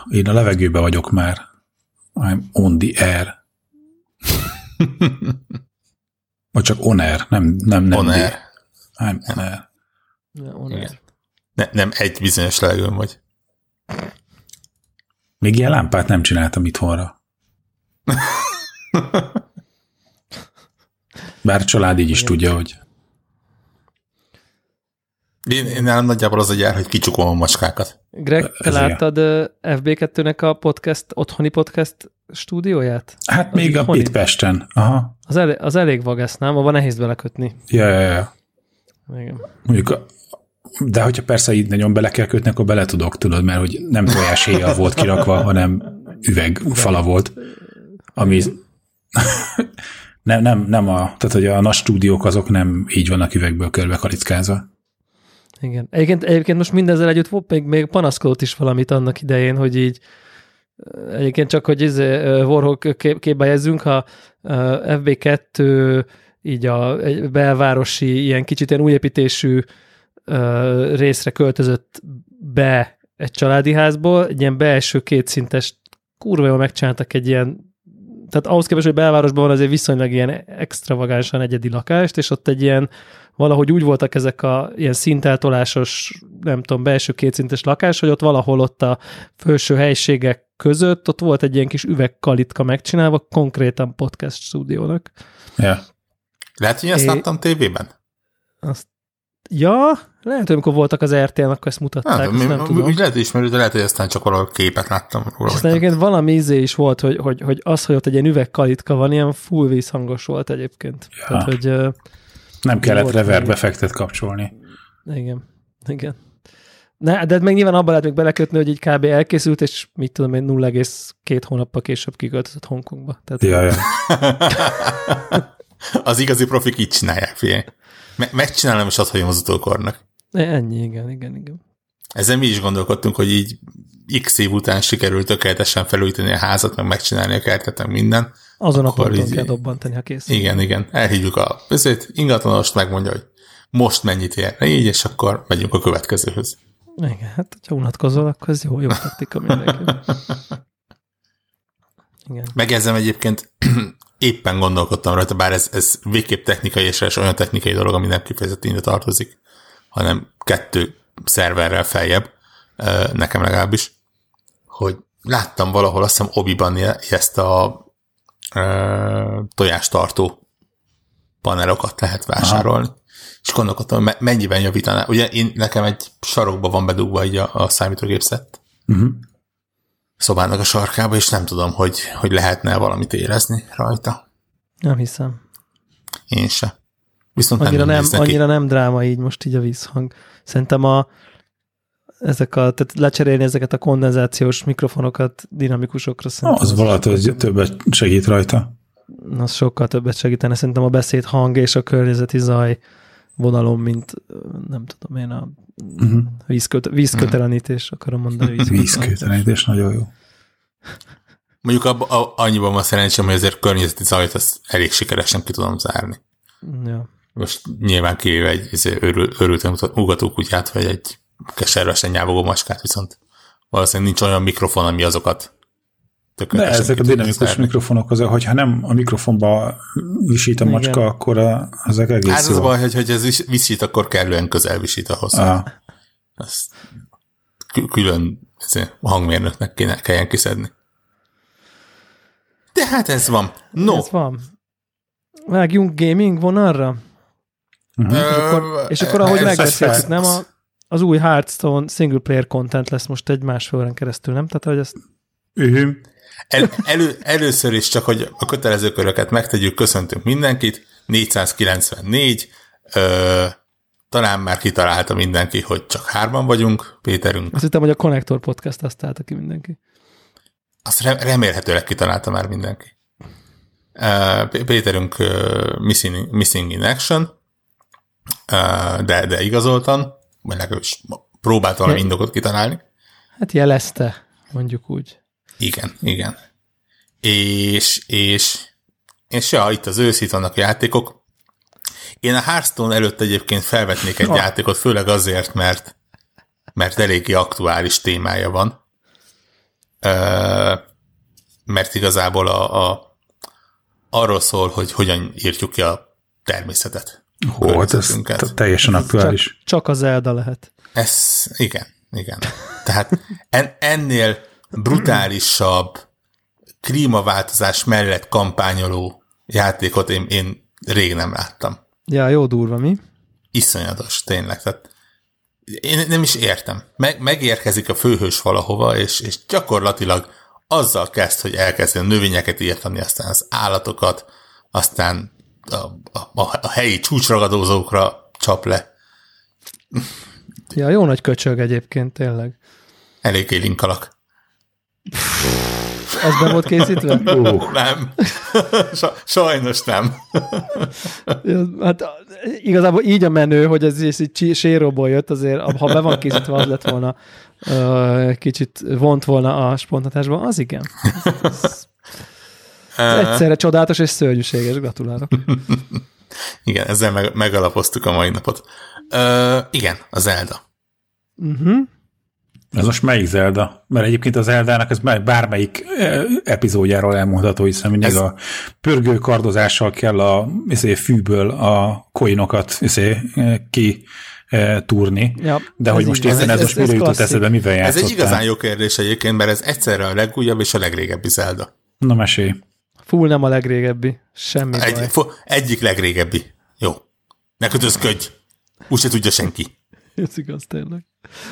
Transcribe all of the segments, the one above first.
Én a levegőben vagyok már. I'm on the air. Vagy csak on air, nem on air. I'm on air. On air. Nem egy bizonyos levegőn vagy. Még ilyen lámpát nem csináltam itthonra. Bár a család így is tudja, hogy... Én nálam nagyjából az a gyár, hogy kicsukom a macskákat. Greg, te láttad FB2-nek a otthoni podcast stúdióját? Hát az még itt Pesten. Aha. Az elég vagász, nem? Abban nehéz belekötni. Ja. Igen. Mondjuk, de hogyha persze így nagyon bele kell kötni, akkor bele tudok, tudod, mert hogy nem tojáshéjjal volt kirakva, hanem üvegfala volt, ami nem tehát hogy a nagy stúdiók azok nem így vannak üvegből körbe kalickázva. Igen. Egyébként most mindezzel együtt volt még panaszkodott is valamit annak idején, hogy így egyébként csak, hogy Warhol képbe jezzünk, ha FB2 így a belvárosi, ilyen kicsit ilyen újépítésű részre költözött be egy családi házból, egy ilyen belső kétszintes, kurva jól megcsináltak egy ilyen, tehát ahhoz képest, hogy belvárosban van azért viszonylag ilyen extravagánsan egyedi lakást, és ott egy ilyen, valahogy úgy voltak ezek a ilyen szinteltolásos, nem tudom, belső kétszintes lakás, hogy ott valahol ott a felső helységek között, ott volt egy ilyen kis üvegkalitka megcsinálva, konkrétan podcast stúdiónak. Ja. Lehet, hogy ezt láttam tévében? Lehet, hogy amikor voltak az RTL-en, akkor ezt mutatták, nem tudom. Úgy lehet ismerő, de lehet, hogy aztán csak valahol képet láttam. Aztán egyébként valami is volt, hogy az, hogy ott egy ilyen üvegkalitka van, ilyen full vízhangos volt egyébként. Ja. Tehát, hogy, nem kellett reverb effektet kapcsolni. Igen. De meg nyilván abban lehet még belekötni, hogy így kb. Elkészült, és mit tudom én, 0,2 hónappal később kiköltözött Hongkongba. Tehát... Ja. Az igazi profik így csinálják, figyelj. Megcsinálom, és azt hagyom az utókornak. Ennyi, igen. Ezzel mi is gondolkodtunk, hogy így x év után sikerült tökéletesen felújítani a házat, meg megcsinálni a kertet, meg minden. Azon a ponton kell dobbantani, ha kész. Igen. Elhívjuk a ingatlanost, megmondja, hogy most mennyit érne így, és akkor megyünk a következőhöz. Igen, hát ha unatkozol, akkor ez jó taktika mindenki. Igen. Megjegyzem egyébként, éppen gondolkodtam rajta, bár ez végképp technikai és olyan technikai dolog, ami nem kifejezetten ide tartozik, hanem 2 szerverrel feljebb, nekem legalábbis, hogy láttam valahol, azt hiszem Obiban ezt a tojástartó panelokat lehet vásárolni. Aha. És gondolkodtam, hogy mennyiben javítaná. Ugye nekem egy sarokba van bedugva így a számítógép szett. Szobának a sarkába, és nem tudom, hogy lehetne valamit érezni rajta. Nem hiszem. Én se. Viszont annyira nem dráma így most így a vízhang. Szerintem tehát lecserélni ezeket a kondenzációs mikrofonokat dinamikusokra szerintem. Az valahogy többet segít rajta. Az sokkal többet segítene. Szerintem a beszédhang és a környezeti zaj vonalon, mint nem tudom én a vízkötelenítés, akarom mondani. Vízkötelenítés, nagyon jó. Mondjuk annyiban van szerencsém, hogy azért környezeti zajt azt elég sikeresen ki tudom zárni. Ja. Most nyilván kivéve egy örültem ugatókutyát, vagy egy keservesen nyávogó maskát, viszont valószínűleg nincs olyan mikrofon, ami azokat de ezek a dinamikus mikrofonok, hogyha nem a mikrofonba visít a macska, igen, akkor ezek egész hát az baj, hogy ez visít, akkor kellően közel visít ahhoz. Azt külön hangmérnöknek kelljen kiszedni. De hát ez van. No. Ez van. Vágjunk gaming vonalra? És akkor ahogy megbeszéltük, nem az új Hearthstone single player content lesz most egy másfél órán keresztül, nem? Tehát, hogy ezt... Először is csak, hogy a kötelező köröket megtegyük, köszöntünk mindenkit, 494, talán már kitalálta mindenki, hogy csak 3 vagyunk, Péterünk. Azt hittem, hogy a Connector Podcast azt találta ki mindenki. Azt remélhetőleg kitalálta már mindenki. Péterünk missing in action, de igazoltan, vagy legalábbis próbált valami indokot kitalálni. Hát jelezte, mondjuk úgy. Igen. És ja, itt az ősz, itt vannak a játékok. Én a Hearthstone előtt egyébként felvetnék egy játékot, főleg azért, mert eléggé aktuális témája van. mert igazából arról szól, hogy hogyan írtjuk ki a természetet. Ez teljesen aktuális. Csak az Zelda lehet. Igen. Tehát ennél brutálisabb klímaváltozás mellett kampányoló játékot én rég nem láttam. Ja, jó durva, mi? Iszonyatos, tényleg. Tehát én nem is értem. Megérkezik a főhős valahova, és gyakorlatilag azzal kezd, hogy elkezdi a növényeket írtani, aztán az állatokat, aztán a helyi csúcsragadózókra csap le. Ja, jó nagy köcsög egyébként, tényleg. Eléggé linkalak. Ez be volt készítve? Nem. Sajnos nem. Hát igazából így a menő, hogy ez így séróból jött, azért ha be van készítve, az lett volna kicsit vont volna a spontanitásban, az igen. Ez egyszerre csodálatos és szörnyűséges, gratulálok. Igen, ezzel megalapoztuk a mai napot. Igen, a Zelda. Ez most melyik Zelda? Mert egyébként a Zeldának ez bármelyik epizódjáról elmondható, hiszen mindig a pörgő kardozással kell a fűből a coinokat kitúrni. Ja, de hogy most éppen ez most mire jutott eszedbe, mivel játszottál? Ez egy igazán jó kérdés egyébként, mert ez egyszerre a legújabb és a legrégebbi Zelda. Na mesélj. Full nem a legrégebbi. Semmi baj. Egyik legrégebbi. Jó. Ne kötözködj. Úgyse tudja senki. Ez igaz, tényleg.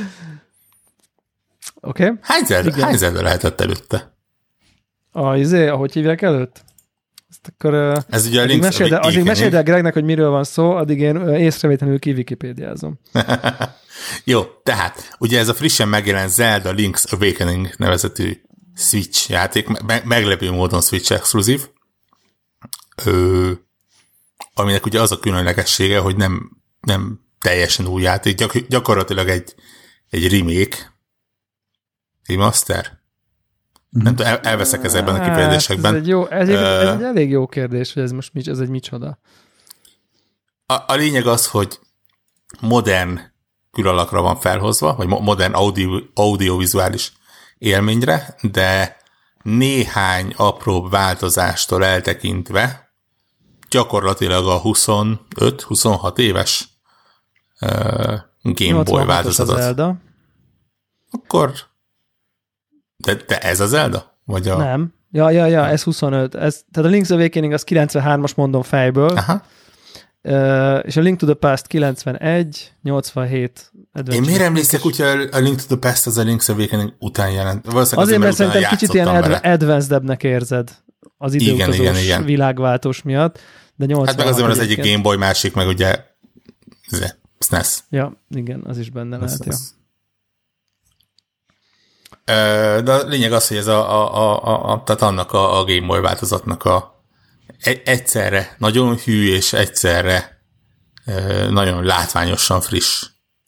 Oké. Okay. Hány Zelda lehetett előtte? Ahogy hívják előtt? Ezt akkor, ez ugye a Link's addig meséld el Gregnek, hogy miről van szó, addig én észrevétlenül kiwikipédiázom. Jó, tehát ugye ez a frissen megjelent Zelda Link's Awakening nevezetű Switch játék, meglepő módon Switch exkluzív, aminek ugye az a különlegessége, hogy nem teljesen új játék, gyakorlatilag egy remake, remaster? Nem tudom, elveszek ezekben a kifejezésekben. Ez egy elég jó kérdés, hogy ez egy micsoda. A lényeg az, hogy modern külalakra van felhozva, vagy modern audiovizuális élményre, de néhány apróbb változástól eltekintve gyakorlatilag a 25-26 éves Game Boy változatot. Akkor de ez a Zelda? Vagy a... Nem. Ja, ez 25. Tehát a Link's Awakening az 93-as mondom fejből. Aha. És a Link to the Past 91, 87. Én miért emlékszek úgy, hogy a Link to the Past az a Link's Awakening után jelent? Azért, mert szerintem kicsit ilyen advanced-ebbnek érzed az időutazós világváltós miatt. De 86 hát meg azért van az egyik Game Boy, másik meg ugye SNES. Ja, igen, az is benne lehet, ja. De a lényeg az, hogy ez tehát annak a Game Boy változatnak egyszerre nagyon hű, és egyszerre nagyon látványosan friss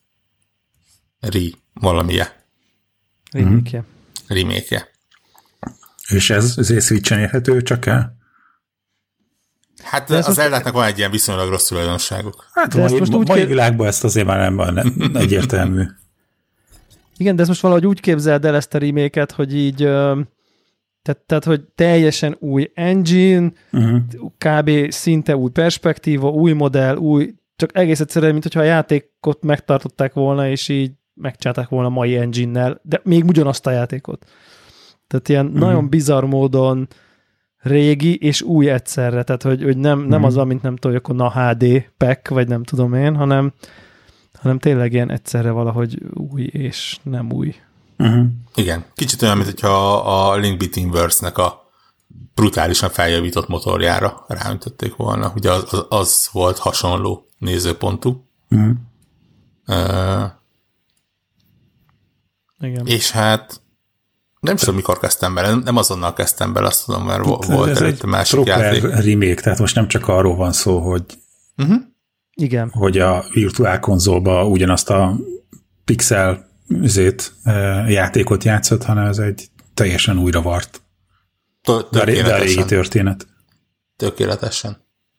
remake-je. És ez Switchen érhető csak el? Hát az Zeldáknak van egy ilyen viszonylag rossz tulajdonságuk. Hát a mai világban ezt azért már nem egyértelmű. Igen, de ezt most valahogy úgy képzeld el ezt a remake-et, hogy így tehát, hogy teljesen új engine, kb. Szinte új perspektíva, új modell, csak egész egyszerűen, mint hogyha a játékot megtartották volna, és így megcsinálták volna mai engine-nel, de még ugyanazt a játékot. Tehát ilyen nagyon bizarr módon régi és új egyszerre, tehát hogy nem az van, mint nem tudom, hogy akkor HD pack, vagy nem tudom én, hanem tényleg ilyen egyszerre valahogy új és nem új. Igen. Kicsit olyan, mint hogyha a Link Between Worlds-nek a brutálisan feljavított motorjára ráöntötték volna. Ugye az volt hasonló nézőpontú. Igen. És hát nem tudom, mikor kezdtem bele, nem azonnal kezdtem bele, azt tudom, mert volt egy másik játék. Remake, tehát most nem csak arról van szó, hogy igen. Hogy a virtuál konzolba ugyanazt a pixel játékot játszott, hanem ez egy teljesen újravart. De a régi történet. Tökéletesen.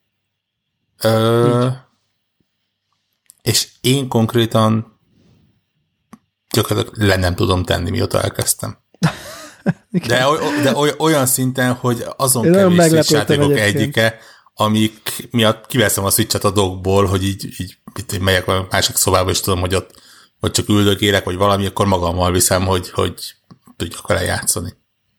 És én konkrétan gyakorlatilag nem tudom tenni, mióta elkezdtem. De olyan szinten, hogy azon kevés Switch játékok egyike, amik miatt kiveszem a Switch-et a dockból, hogy így megyek a másik szobába, és tudom, hogy ott csak üldögélek, vagy valami, akkor magammal viszem, hogy tudjak vele játszani.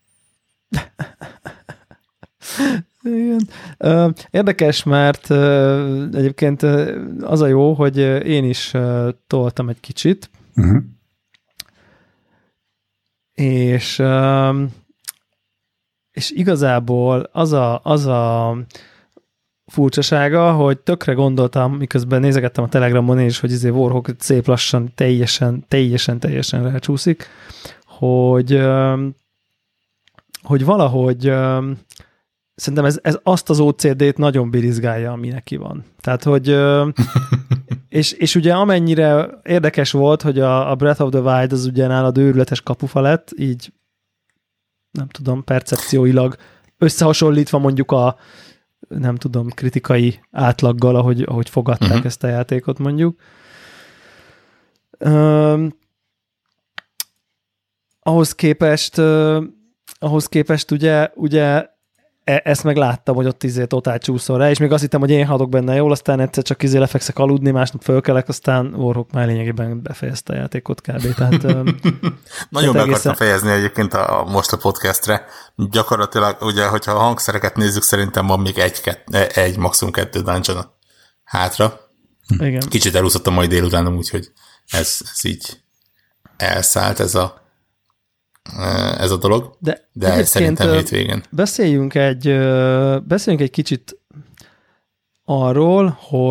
Igen. Érdekes, mert egyébként az a jó, hogy én is toltam egy kicsit, és igazából az a furcsasága, hogy tökre gondoltam, miközben nézegettem a Telegramon is, hogy Warhawk szép lassan teljesen rácsúszik, hogy valahogy szerintem ez azt az OCD-t nagyon birizgálja, ami neki van. Tehát, hogy és ugye amennyire érdekes volt, hogy a Breath of the Wild az ugye nálad őrületes kapufa lett, így nem tudom, percepcióilag összehasonlítva mondjuk a nem tudom, kritikai átlaggal, ahogy fogadták ezt a játékot mondjuk. Ahhoz képest ugye ezt meg láttam, hogy ott totál csúszol rá, és még azt hittem, hogy én hadok benne jól, aztán egyszer csak lefekszek aludni, másnap fölkelek, aztán Warhawk már lényegében befejezte a játékot kb. Tehát, nagyon be akartam fejezni egyébként most a podcastre. Gyakorlatilag, ugye, hogyha a hangszereket nézzük, szerintem van még egy maximum 2 dungeon hátra. Igen. Kicsit elúszottam majd délutánom, úgyhogy ez így elszállt ez a dolog, de szerintem hétvégén. Beszéljünk egy kicsit arról,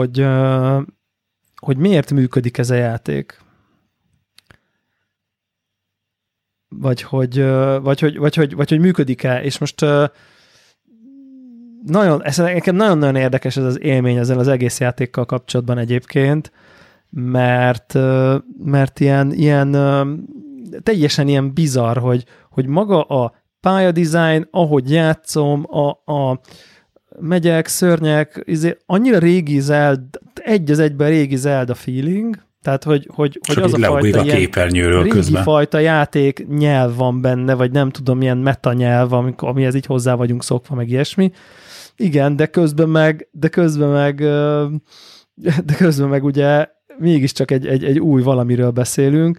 hogy miért működik ez a játék. Vagy hogy működik-e, és most nekem nagyon-nagyon érdekes ez az élmény ezzel az egész játékkal kapcsolatban egyébként, mert ilyen teljesen ilyen bizarr, hogy maga a pályadizájn, ahogy játszom, a megyek, szörnyek, annyira régi Zelda, egy az egyben régi Zelda feeling, tehát hogy az a fajta ilyen régi fajta játék nyelv van benne, vagy nem tudom, ilyen meta nyelv, amihez így hozzá vagyunk szokva, meg ilyesmi. Igen, de közben meg ugye mégiscsak egy új valamiről beszélünk.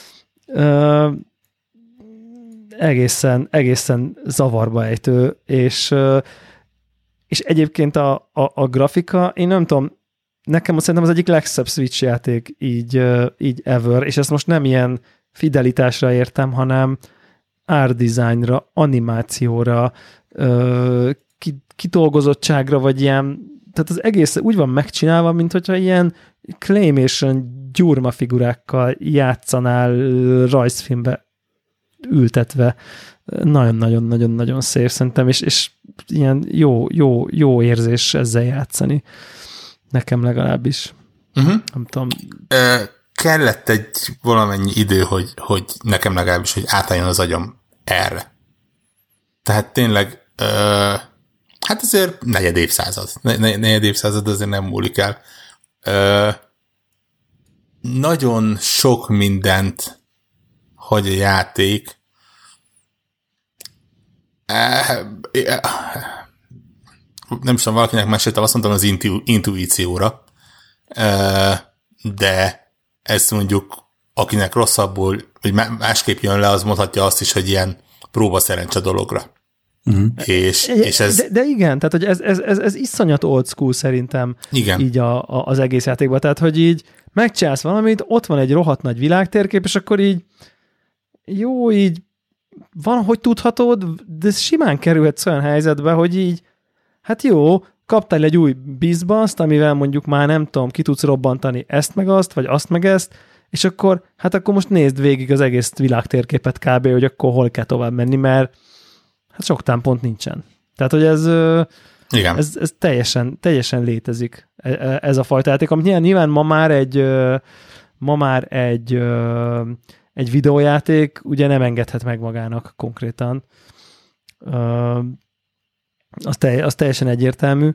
Egészen zavarba ejtő, és egyébként a grafika, én nem tudom, nekem szerintem az egyik legszebb Switch játék így ever, és ezt most nem ilyen fidelitásra értem, hanem art designra, animációra, kitolgozottságra, vagy ilyen, tehát az egész úgy van megcsinálva, mint hogyha ilyen claymation gyurma figurákkal játszanál rajzfilmbe ültetve. Nagyon-nagyon-nagyon-nagyon szép szerintem, és ilyen jó érzés ezzel játszani. Nekem legalábbis. Nem tudom. Kellett egy valamennyi idő, hogy nekem legalábbis, hogy átálljon az agyam erre. Tehát tényleg hát azért negyed évszázad azért nem múlik el. Nagyon sok mindent hagy a játék. Nem is tudom, valakinek meséltem, azt mondtam az intuícióra, de ezt mondjuk, akinek rosszabbul, vagy másképp jön le, az mondhatja azt is, hogy ilyen próbaszerencse dologra. És ez... De igen, tehát hogy ez iszonyat old school szerintem. Igen. Így az egész játékban. Tehát, hogy így megcsinálsz valamit, ott van egy rohadt nagy világtérkép, és akkor így jó, így van, hogy tudhatod, de simán kerülhetsz olyan helyzetbe, hogy így hát jó, kaptál egy új bizbaszt, amivel mondjuk már nem tudom, ki tudsz robbantani ezt meg azt, vagy azt meg ezt, és akkor most nézd végig az egész világtérképet kb., hogy akkor hol kell tovább menni, mert hát sok támpont nincsen. Tehát, hogy ez teljesen létezik, ez a fajta játék, amit nyilván ma már egy videójáték ugye nem engedhet meg magának konkrétan. Az teljesen egyértelmű.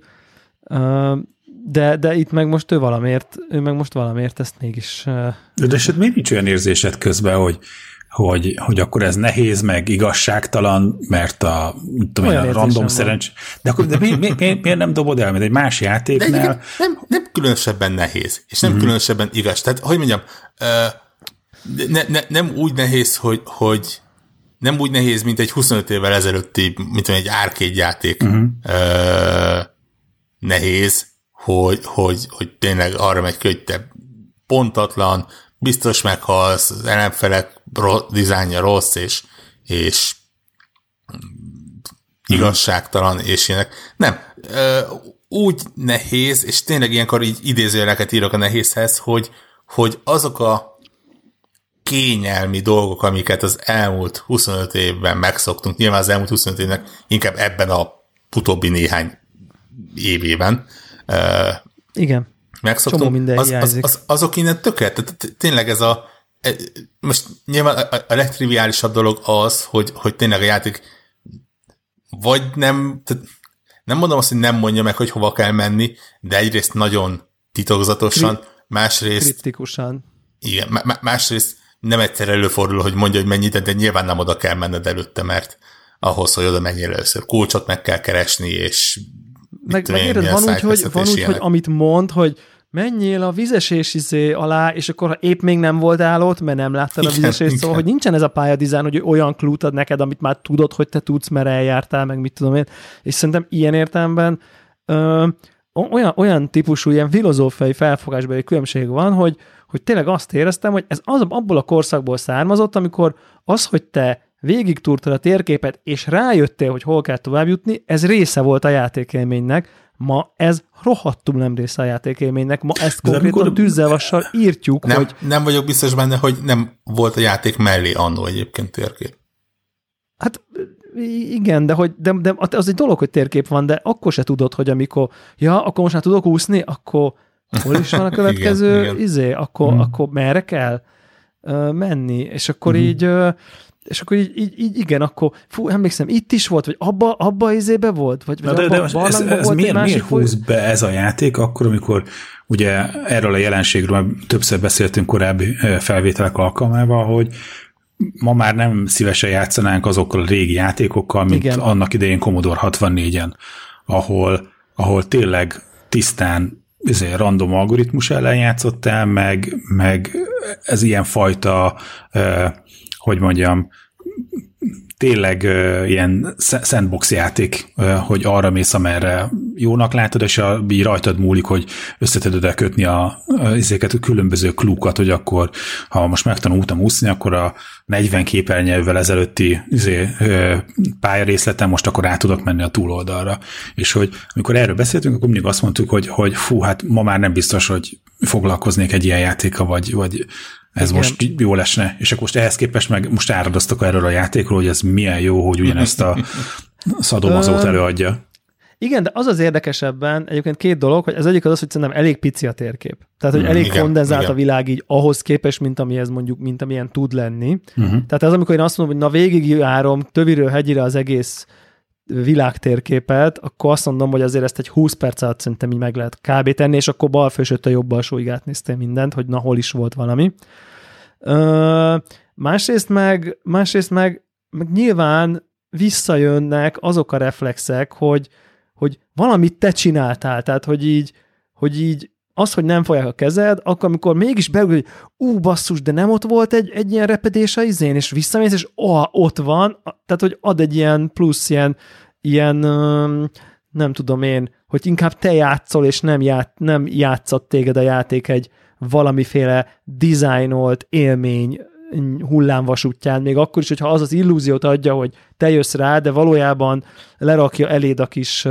De itt meg most ő meg most valamiért ezt mégis... De eset miért nincs olyan érzésed közben, hogy akkor ez nehéz, meg igazságtalan, mert a random szerencs... De miért nem dobod el, mint egy más játéknál? Nem különösebben nehéz, és nem különösebben igaz. Tehát, hogy mondjam, nem úgy nehéz, hogy nem úgy nehéz, mint egy 25 évvel ezelőtti, mint egy arcade játék nehéz, hogy tényleg arra megy ki, hogy te pontatlan, biztos meghalsz, az ellenfelek dizájnja rossz, és igazságtalan, és ilyenek. Nem. Úgy nehéz, és tényleg ilyenkor így idézőjeleket írok a nehézhez, hogy azok a kényelmi dolgok, amiket az elmúlt 25 évben megszoktunk, nyilván az elmúlt 25 évnek inkább ebben a utóbbi néhány évében igen. Megszoktunk, azok innen tökéletes. Tényleg ez most nyilván a legtriviálisabb dolog az, hogy tényleg a játék vagy nem mondom azt, hogy nem mondja meg, hogy hova kell menni, de egyrészt nagyon titokzatosan, másrészt kriptikusan. Igen, másrészt nem egyszer előfordul, hogy mondja, hogy mennyit, de nyilván nem oda kell menned előtte, mert ahhoz, hogy oda menjél először kulcsot meg kell keresni, és érted, van úgy, hogy amit mond, hogy menjél a vizesés alá, és akkor ha épp még nem voltál ott, mert nem láttad a vizesést, szóval, hogy nincsen ez a pályadizájn, hogy olyan klút ad neked, amit már tudod, hogy te tudsz, mert eljártál, meg mit tudom én, és szerintem ilyen értelemben olyan típusú, ilyen filozófiai felfogásbeli különbség van, hogy tényleg azt éreztem, hogy ez abból a korszakból származott, amikor az, hogy te végig túrtad a térképet, és rájöttél, hogy hol kell tovább jutni, ez része volt a játékélménynek. Ma ez rohadtul nem része a játékélménynek. Ma ezt konkrétan tűzzel-vassal írtjuk, hogy... Nem vagyok biztos benne, hogy nem volt a játék mellé annó egyébként térkép. Hát igen, de az egy dolog, hogy térkép van, de akkor se tudod, hogy akkor most már tudok úszni, akkor hol is van a következő igen. Akkor merre kell menni, és akkor így igen, akkor emlékszem, itt is volt, vagy abba izébe volt, vagy ez miért húz be ez a játék akkor, amikor ugye erről a jelenségről többször beszéltünk korábbi felvételek alkalmával, hogy ma már nem szívesen játszanánk azokkal a régi játékokkal, mint igen. Annak idején Commodore 64-en, ahol tényleg tisztán random algoritmus ellen játszottál, meg ez ilyen fajta hogy mondjam, tényleg ilyen sandbox játék, hogy arra mész, amerre jónak látod, és így rajtad múlik, hogy összeteded kötni a különböző klúkat, hogy akkor, ha most megtanultam úszni, akkor a 40 képernyővel ezelőtti pályarészleten most akkor át tudok menni a túloldalra. És hogy amikor erről beszéltünk, akkor mindig azt mondtuk, hogy fú, hát ma már nem biztos, hogy foglalkoznék egy ilyen játéka, vagy ez igen. Most jó lesne, és akkor most ehhez képest meg most áradoztak erről a játékról, hogy ez milyen jó, hogy ugyanezt a szadomazót előadja. Igen, de az érdekesebben egyébként két dolog, hogy az egyik az, hogy szerintem elég pici a térkép. Tehát, hogy elég kondenzált a világ így ahhoz képest, mint amihez mondjuk, mint amilyen tud lenni. Tehát az, amikor én azt mondom, hogy na végigjárom töviről hegyire az egész világtérképet, akkor azt mondom, hogy azért ezt egy 20 perc alatt szerintem így meg lehet kb. Tenni, és akkor bal felsőtt a jobb alsóig átnéztél mindent, hogy na hol is volt valami. Másrészt meg nyilván visszajönnek azok a reflexek, hogy valamit te csináltál, tehát hogy így az, hogy nem fogják a kezed, akkor amikor mégis beugod, hogy basszus, de nem ott volt egy ilyen repedés a izén, és visszamész, és ott van, tehát hogy ad egy ilyen plusz, ilyen nem tudom én, hogy inkább te játszol, és nem játszott téged a játék egy valamiféle dizájnolt élmény hullámvasútján, még akkor is, hogyha az az illúziót adja, hogy te jössz rá, de valójában lerakja eléd a kis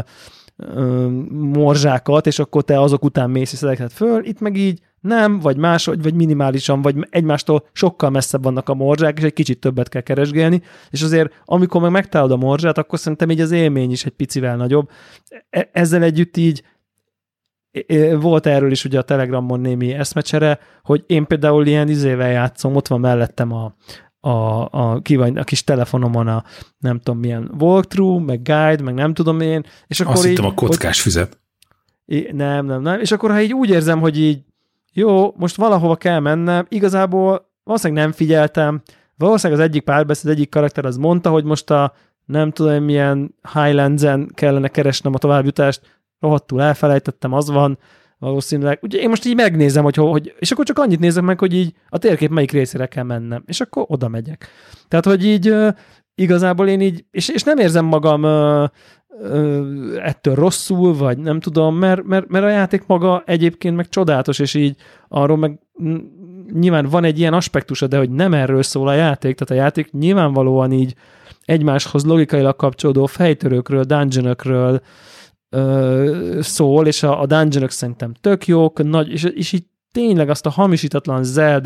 morzsákat, és akkor te azok után mész és szedeked föl, itt meg így nem, vagy máshogy, vagy minimálisan, vagy egymástól sokkal messzebb vannak a morzsák, és egy kicsit többet kell keresgélni, és azért amikor meg megtalálod a morzsát, akkor szerintem így az élmény is egy picivel nagyobb. Ezzel együtt így volt erről is ugye a Telegramon némi eszmecsere, hogy én például ilyen izével játszom, ott van mellettem a kis telefonomon a nem tudom milyen walkthrough, meg guide, meg nem tudom én, és akkor azt hittem a kockás füzet. Nem. És akkor ha így úgy érzem, hogy így jó, most valahova kell mennem, igazából valószínűleg nem figyeltem, valószínűleg az egyik párbeszéd, az egyik karakter az mondta, hogy most a nem tudom milyen Highlands-en kellene keresnem a továbbjutást, rohadtul elfelejtettem, az van, valószínűleg. Ugye én most így megnézem, hogy és akkor csak annyit nézek meg, hogy így a térkép melyik részére kell mennem, és akkor oda megyek. Tehát, hogy így igazából én így, és nem érzem magam ettől rosszul, vagy nem tudom, mert a játék maga egyébként meg csodálatos, és így arról meg nyilván van egy ilyen aspektusa, de hogy nem erről szól a játék, tehát a játék nyilvánvalóan így egymáshoz logikailag kapcsolódó fejtörőkről, dungeonokről szól, és a dungeonok szerintem tök jók, és így tényleg azt a hamisítatlan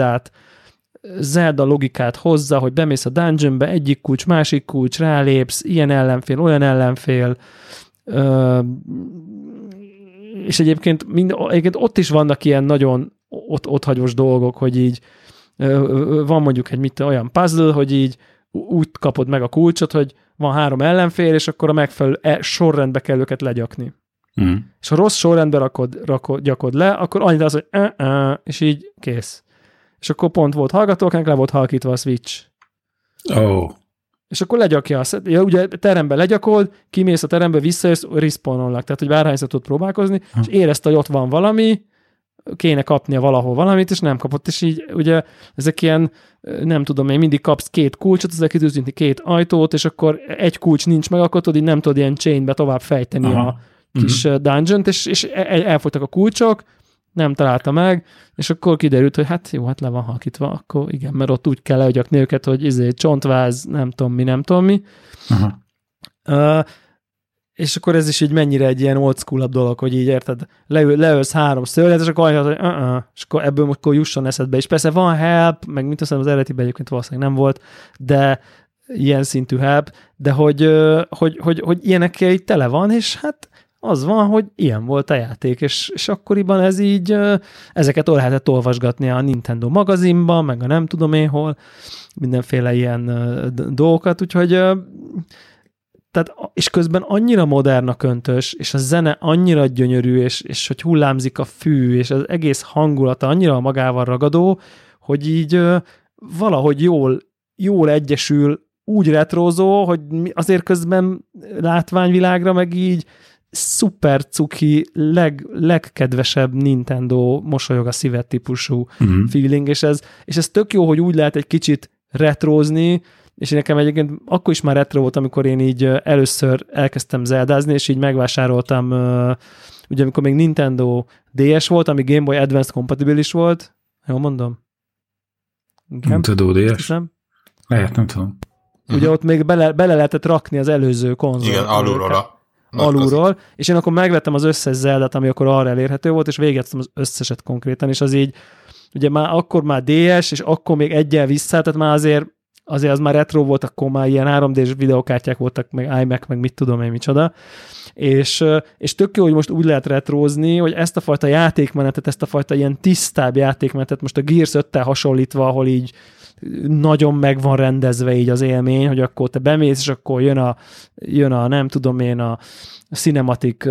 Zelda logikát hozza, hogy bemész a dungeonbe, egyik kulcs, másik kulcs, rálépsz, ilyen ellenfél, olyan ellenfél, és egyébként ott is vannak ilyen nagyon otthagyós dolgok, hogy így van mondjuk egy olyan puzzle, hogy így úgy kapod meg a kulcsot, hogy van 3 ellenfél, és akkor a megfelelő sorrendbe kell őket legyakni. Mm. És ha rossz sorrendbe gyakod le, akkor annyit az, hogy és így kész. És akkor pont volt hallgatóknak, le volt halkítva a switch. Oh. És akkor legyakja. Ugye terembe legyakod, kimész a terembe, visszajössz, respawnolnak. Tehát, hogy bárhányszor tud próbálkozni, és érezte, hogy ott van valami, kéne kapnia valahol valamit, és nem kapott, és így ugye ezek ilyen, nem tudom, én mindig kapsz 2 kulcsot, ezek kitűzítni 2 ajtót, és akkor egy kulcs nincs meg, akkor tudod, így nem tudod ilyen chainbe tovább fejteni a kis dungeont, és elfogytak a kulcsok, nem találta meg, és akkor kiderült, hogy hát jó, hát le van halkítva, akkor igen, mert ott úgy kell legyakni őket, hogy csontváz, nem tudom mi. És akkor ez is így mennyire egy ilyen old school-abb dolog, hogy így érted, leölsz 3 szörnyet, és akkor annyit, hogy és akkor ebből most jusson eszedbe. És persze van help, meg mint azt az eredetiben egyébként valószínűleg nem volt, de ilyen szintű help, de hogy ilyenekkel így tele van, és hát az van, hogy ilyen volt a játék, és akkoriban ez így, ezeket lehetett olvasgatni a Nintendo magazinban, meg a nem tudom én hol, mindenféle ilyen dolgokat, úgyhogy tehát, és közben annyira modern a köntös, és a zene annyira gyönyörű, és hogy hullámzik a fű, és az egész hangulata annyira magával ragadó, hogy így valahogy jól egyesül, úgy retrózó, hogy azért közben látványvilágra meg így szuper cuki, legkedvesebb Nintendo mosolyog a szíved típusú feeling, és ez tök jó, hogy úgy lehet egy kicsit retrózni, és nekem egyébként akkor is már retro volt, amikor én így először elkezdtem zeldázni, és így megvásároltam, ugye amikor még Nintendo DS volt, ami Game Boy Advance kompatibilis volt. Jól mondom? Nintendo DS? Lehet, nem tudom. Ugye ott még bele lehetett rakni az előző konzol. Igen, alulról, és én akkor megvettem az összes Zeldát, ami akkor arra elérhető volt, és végeztem az összeset konkrétan, és az így, ugye akkor már DS, és akkor még egyel vissza, tehát már azért az már retro volt, akkor már ilyen 3D-s videokártyák voltak, meg iMac, meg mit tudom én micsoda, és tök jó, hogy most úgy lehet retrózni, hogy ezt a fajta játékmenetet, ezt a fajta ilyen tisztább játékmenetet, most a Gears 5-tel hasonlítva, ahol így nagyon meg van rendezve így az élmény, hogy akkor te bemész, és akkor jön a nem tudom én, a cinematic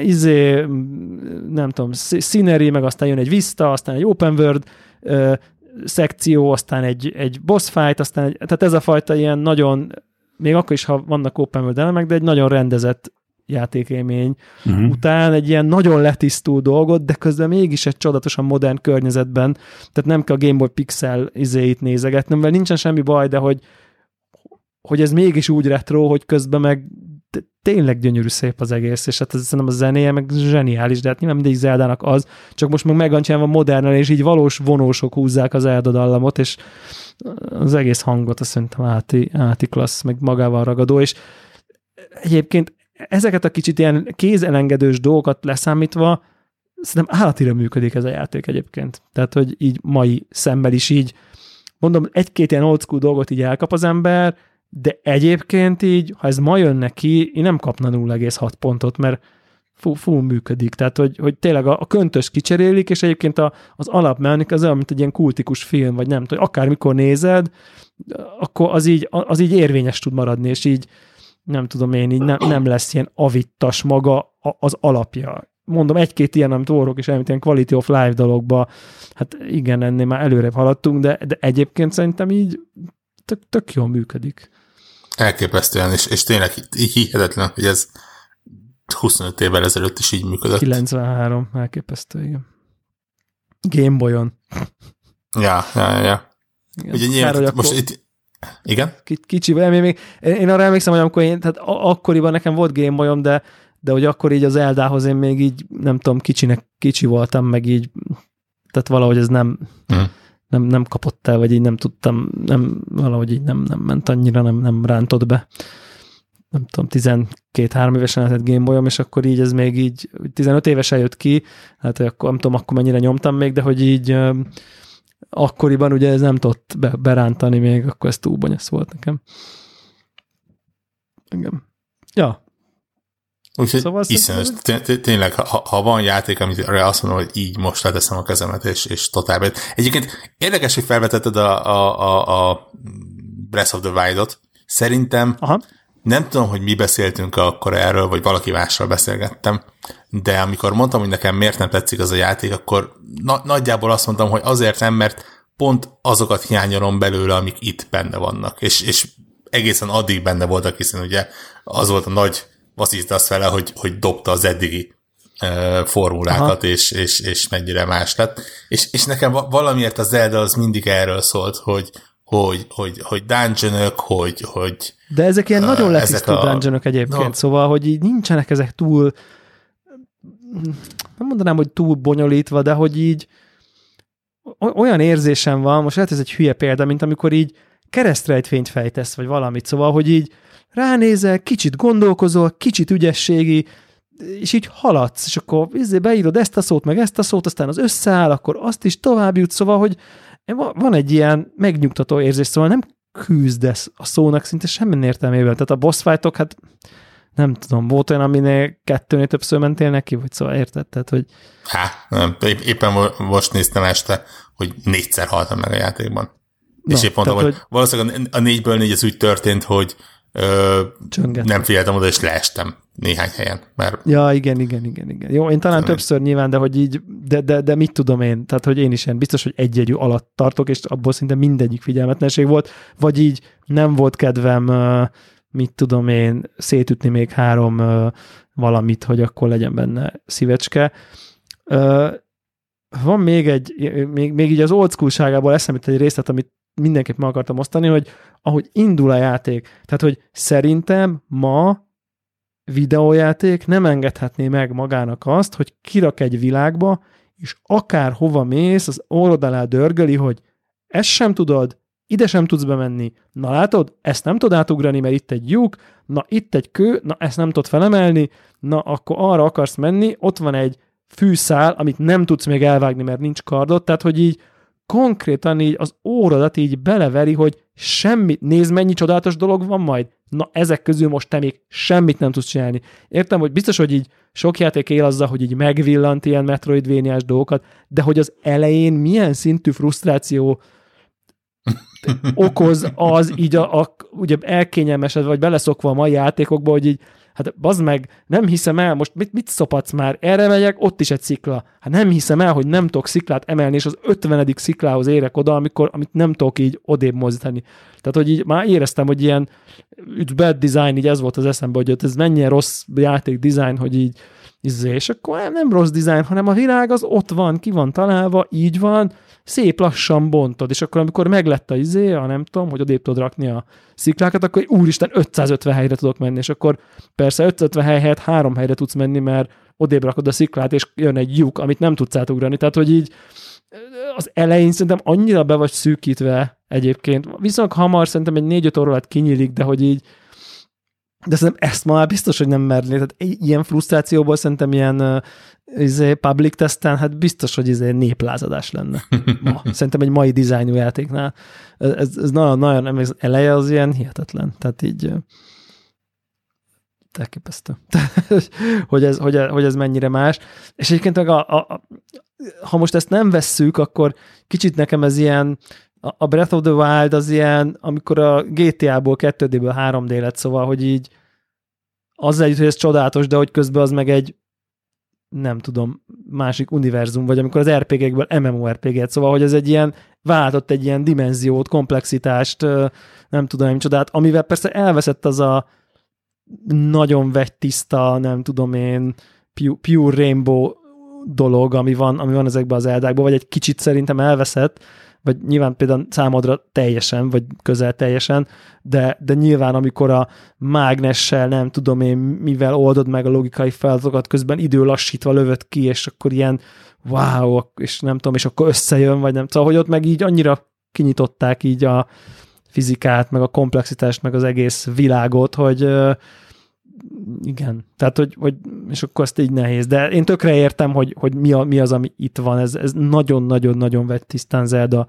nem tudom, scenery, meg aztán jön egy vista, aztán egy open world szekció, aztán egy boss fight, aztán tehát ez a fajta ilyen nagyon, még akkor is, ha vannak open world elemek, de egy nagyon rendezett játékélmény után egy ilyen nagyon letisztult dolgot, de közben mégis egy csodatosan modern környezetben, tehát nem kell a Game Boy Pixel izéit nézegetnem, mert nincsen semmi baj, de hogy ez mégis úgy retro, hogy közben meg tényleg gyönyörű szép az egész, és hát ez szerintem a zenéje meg zseniális, de hát nyilván mindegy Zeldának az, csak most meg van csinálva modernel, és így valós vonósok húzzák az Zelda dallamot, és az egész hangot azt szerintem áti klassz, meg magával ragadó, és egyébként ezeket a kicsit ilyen kézelengedős dolgokat leszámítva szerintem állatira működik ez a játék egyébként. Tehát, hogy így mai szemmel is így, mondom, egy-két ilyen old school dolgot így elkap az ember, de egyébként így, ha ez ma jönne ki, én nem kapna 0,6 pontot, mert full működik. Tehát, hogy tényleg a köntös kicserélik, és egyébként az alapmechanika az olyan, mint egy ilyen kultikus film, vagy nem tudom, akármikor nézed, akkor az így érvényes tud maradni, és így nem tudom én, így nem lesz ilyen avittas maga az alapja. Mondom, egy-két ilyen, amit orrok is elmint, ilyen quality of life dologba, hát igen, ennél már előrébb haladtunk, de egyébként szerintem így tök jól működik. Elképesztően, és tényleg hihetetlen, hogy ez 25 évvel ezelőtt is így működött. 93, elképesztő, igen. Game Boy-on. Ja. Igen. Ugye nyilván, most itt... Igen? Kicsivel, én arra emlékszem, hogy amikor tehát akkoriban nekem volt Game Boy-om, de hogy akkor így az Eldához én még így, nem tudom, kicsi voltam, meg így, tehát valahogy ez nem kapott el, vagy így nem tudtam, valahogy így nem ment annyira, nem rántott be. Nem tudom, 12-3 évesen lehetett Game Boy-om, és akkor így ez még így 15 évesen jött ki, hát akkor nem tudom, akkor mennyire nyomtam még, de hogy így akkoriban ugye ez nem tudott berántani még, akkor ez túl bonyolult volt nekem. Igen. Ja. Úgyhogy szóval tényleg, ha van játék, amire azt mondom, hogy így most leteszem a kezemet, és totál. Egyébként érdekes, hogy felvetetted a Breath of the Wild-ot. Szerintem nem tudom, hogy mi beszéltünk akkor erről, vagy valaki mással beszélgettem, de amikor mondtam, hogy nekem miért nem tetszik az a játék, akkor nagyjából azt mondtam, hogy azért nem, mert pont azokat hiányolom belőle, amik itt benne vannak. És egészen addig benne voltak, hiszen ugye az volt a nagy vasszítasz vele, hogy dobta az eddigi formulákat, és mennyire más lett. És nekem valamiért az Zelda az mindig erről szólt, hogy dungeonök, hogy de ezek ilyen nagyon letisztult dungeonök egyébként, szóval, hogy így nincsenek ezek túl, nem mondanám, hogy túl bonyolítva, de hogy így olyan érzésem van, most lehet ez egy hülye példa, mint amikor így keresztrejtvényt fejtesz, vagy valamit, szóval, hogy így ránézel, kicsit gondolkozol, kicsit ügyességi, és így haladsz, és akkor beírod ezt a szót, meg ezt a szót, aztán az összeáll, akkor azt is tovább jut, szóval, hogy van egy ilyen megnyugtató érzés, szóval nem küzdesz a szónak szinte semmi értelmében. Tehát a boss fightok, hát nem tudom, volt olyan, aminél 2-nél többször mentél neki, vagy szóval érted? Tehát, hogy... nem, éppen most néztem este, hogy 4-szer haltam meg a játékban. És épp mondom, hogy valószínűleg a 4-ből 4 az úgy történt, hogy nem figyeltem oda, és leestem néhány helyen. Mert... Ja, igen. Jó, én talán többször nyilván, de hogy így, de mit tudom én? Tehát, hogy én is ilyen biztos, hogy egy jegyű alatt tartok, és abból szinte mindegyik figyelmetlenség volt, vagy így nem volt kedvem, mit tudom én, szétütni még 3 valamit, hogy akkor legyen benne szívecske. Van még még így az old school-ságából eszembe egy részlet, amit mindenképp meg akartam osztani, hogy ahogy indul a játék, tehát, hogy szerintem ma videójáték nem engedhetné meg magának azt, hogy kirak egy világba, és akár hova mész, az orrod alá dörgöli, hogy ezt sem tudod, ide sem tudsz bemenni. Na látod, ezt nem tudod átugrani, mert itt egy lyuk, na itt egy kő, na ezt nem tudod felemelni, na akkor arra akarsz menni, ott van egy fűszál, amit nem tudsz még elvágni, mert nincs kardod, tehát, hogy így konkrétan így az órodat így beleveri, hogy semmit, nézd, mennyi csodálatos dolog van majd. Na, ezek közül most te még semmit nem tudsz csinálni. Értem, hogy biztos, hogy így sok játék él azzal, hogy így megvillant ilyen Metroidvania-s dolgokat, de hogy az elején milyen szintű frusztráció okoz az így ugye elkényelmesed, vagy beleszokva a mai játékokba, hogy így hát bazd meg, nem hiszem el, most mit szopadsz már? Erre megyek, ott is egy szikla. Hát nem hiszem el, hogy nem tudok sziklát emelni, és az 50. sziklához érek oda, amit nem tudok így odébb mozdítani. Tehát, hogy így már éreztem, hogy ilyen it's bad design, így ez volt az eszembe, hogy ez mennyire rossz játék design, hogy így és akkor nem rossz design, hanem a világ az ott van, ki van találva, így van, szép lassan bontod, és akkor amikor meglett a nem tudom, hogy odébb tudod rakni a sziklákat, akkor úristen 550 helyre tudok menni, és akkor persze 550 hely helyett 3 helyre tudsz menni, mert odébb rakod a sziklát, és jön egy lyuk, amit nem tudsz átugrani, tehát hogy így az elején szerintem annyira be vagy szűkítve egyébként, viszont hamar szerintem egy 4-5 óra alatt kinyílik, de hogy így de szerintem ezt ma már biztos, hogy nem merné. Tehát ilyen frusztrációból szerintem ilyen public testen, hát biztos, hogy néplázadás lenne. Ma. Szerintem egy mai dizájnú játéknál. Ez nagyon az eleje az ilyen hihetetlen. Tehát így elképesztő. hogy ez mennyire más. És egyébként meg ha most ezt nem vesszük, akkor kicsit nekem ez ilyen a Breath of the Wild az ilyen, amikor a GTA-ból 2D-ből 3D lett, szóval, hogy így azzal együtt, hogy ez csodálatos, de hogy közben az meg egy nem tudom, másik univerzum, vagy amikor az RPG-kből MMORPG-et, szóval, hogy ez egy ilyen, váltott egy ilyen dimenziót, komplexitást, nem tudom, nem csodát, amivel persze elveszett az a nagyon vegytiszta, nem tudom én, pure rainbow dolog, ami van ezekben az Zeldákban, vagy egy kicsit szerintem elveszett, vagy nyilván például számodra teljesen, vagy közel teljesen, de nyilván amikor a mágnessel, nem tudom én, mivel oldod meg a logikai feladatokat, közben időlassítva lövöd ki, és akkor ilyen wow, és nem tudom, és akkor összejön, vagy nem tudom, hogy ott meg így annyira kinyitották így a fizikát, meg a komplexitást, meg az egész világot, hogy igen, tehát, hogy és akkor ezt így nehéz. De én tökre értem, hogy mi az, ami itt van. Ez nagyon-nagyon-nagyon vett tisztán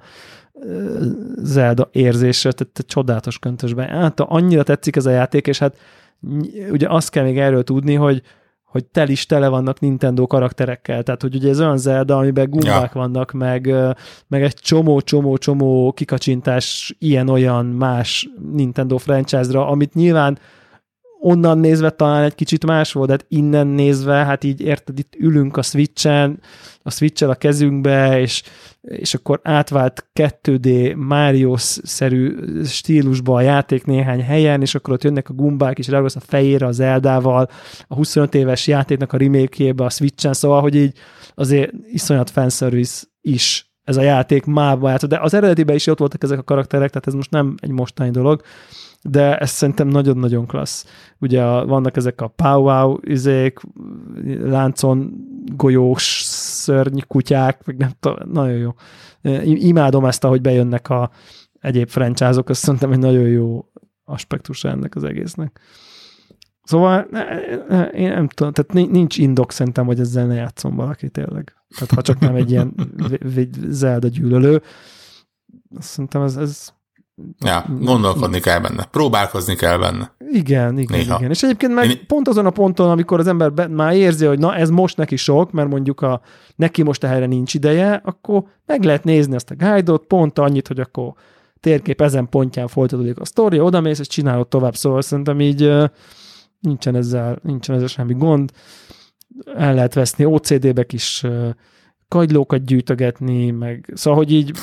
Zelda érzésre, tehát csodálatos köntösben. Hát annyira tetszik ez a játék, és hát ugye azt kell még erről tudni, hogy tele vannak Nintendo karakterekkel. Tehát, hogy ugye ez olyan Zelda, amiben gumbák vannak, meg egy csomó kikacsintás ilyen-olyan más Nintendo franchise-ra, amit nyilván onnan nézve talán egy kicsit más volt, de hát innen nézve, hát így érted, itt ülünk a Switch-el a kezünkbe, és akkor átvált 2D Mario-szerű stílusba a játék néhány helyen, és akkor ott jönnek a gumbák, és reagolsz a fejére az Eldával, a 25 éves játéknak a remake-jébe a Switch-en, szóval, hogy így azért iszonyat fanservice is ez a játék mába játszott, de az eredetiben is ott voltak ezek a karakterek, tehát ez most nem egy mostani dolog, de ez szerintem nagyon-nagyon klassz. Ugye vannak ezek a pow-wow láncon golyós szörny kutyák, meg nem tudom, nagyon jó. Imádom ezt, ahogy bejönnek a egyéb franchise-ok, azt szerintem egy nagyon jó aspektusa ennek az egésznek. Szóval én nem tudom, tehát nincs indok szerintem, hogy ezzel ne játszom valaki tényleg. Tehát ha csak nem egy ilyen Zelda gyűlölő, azt szerintem ez ja, gondolkodni kell benne. Próbálkozni kell benne. Igen. És egyébként meg pont azon a ponton, amikor az ember már érzi, hogy na ez most neki sok, mert mondjuk neki most erre nincs ideje, akkor meg lehet nézni ezt a guide-ot, pont annyit, hogy akkor térkép ezen pontján folytatódik a sztori, odamész, és csinálod tovább, szóval szerintem így nincsen ezzel semmi gond. El lehet veszni OCD-bek is kagylókat gyűjtögetni, meg szóval, hogy így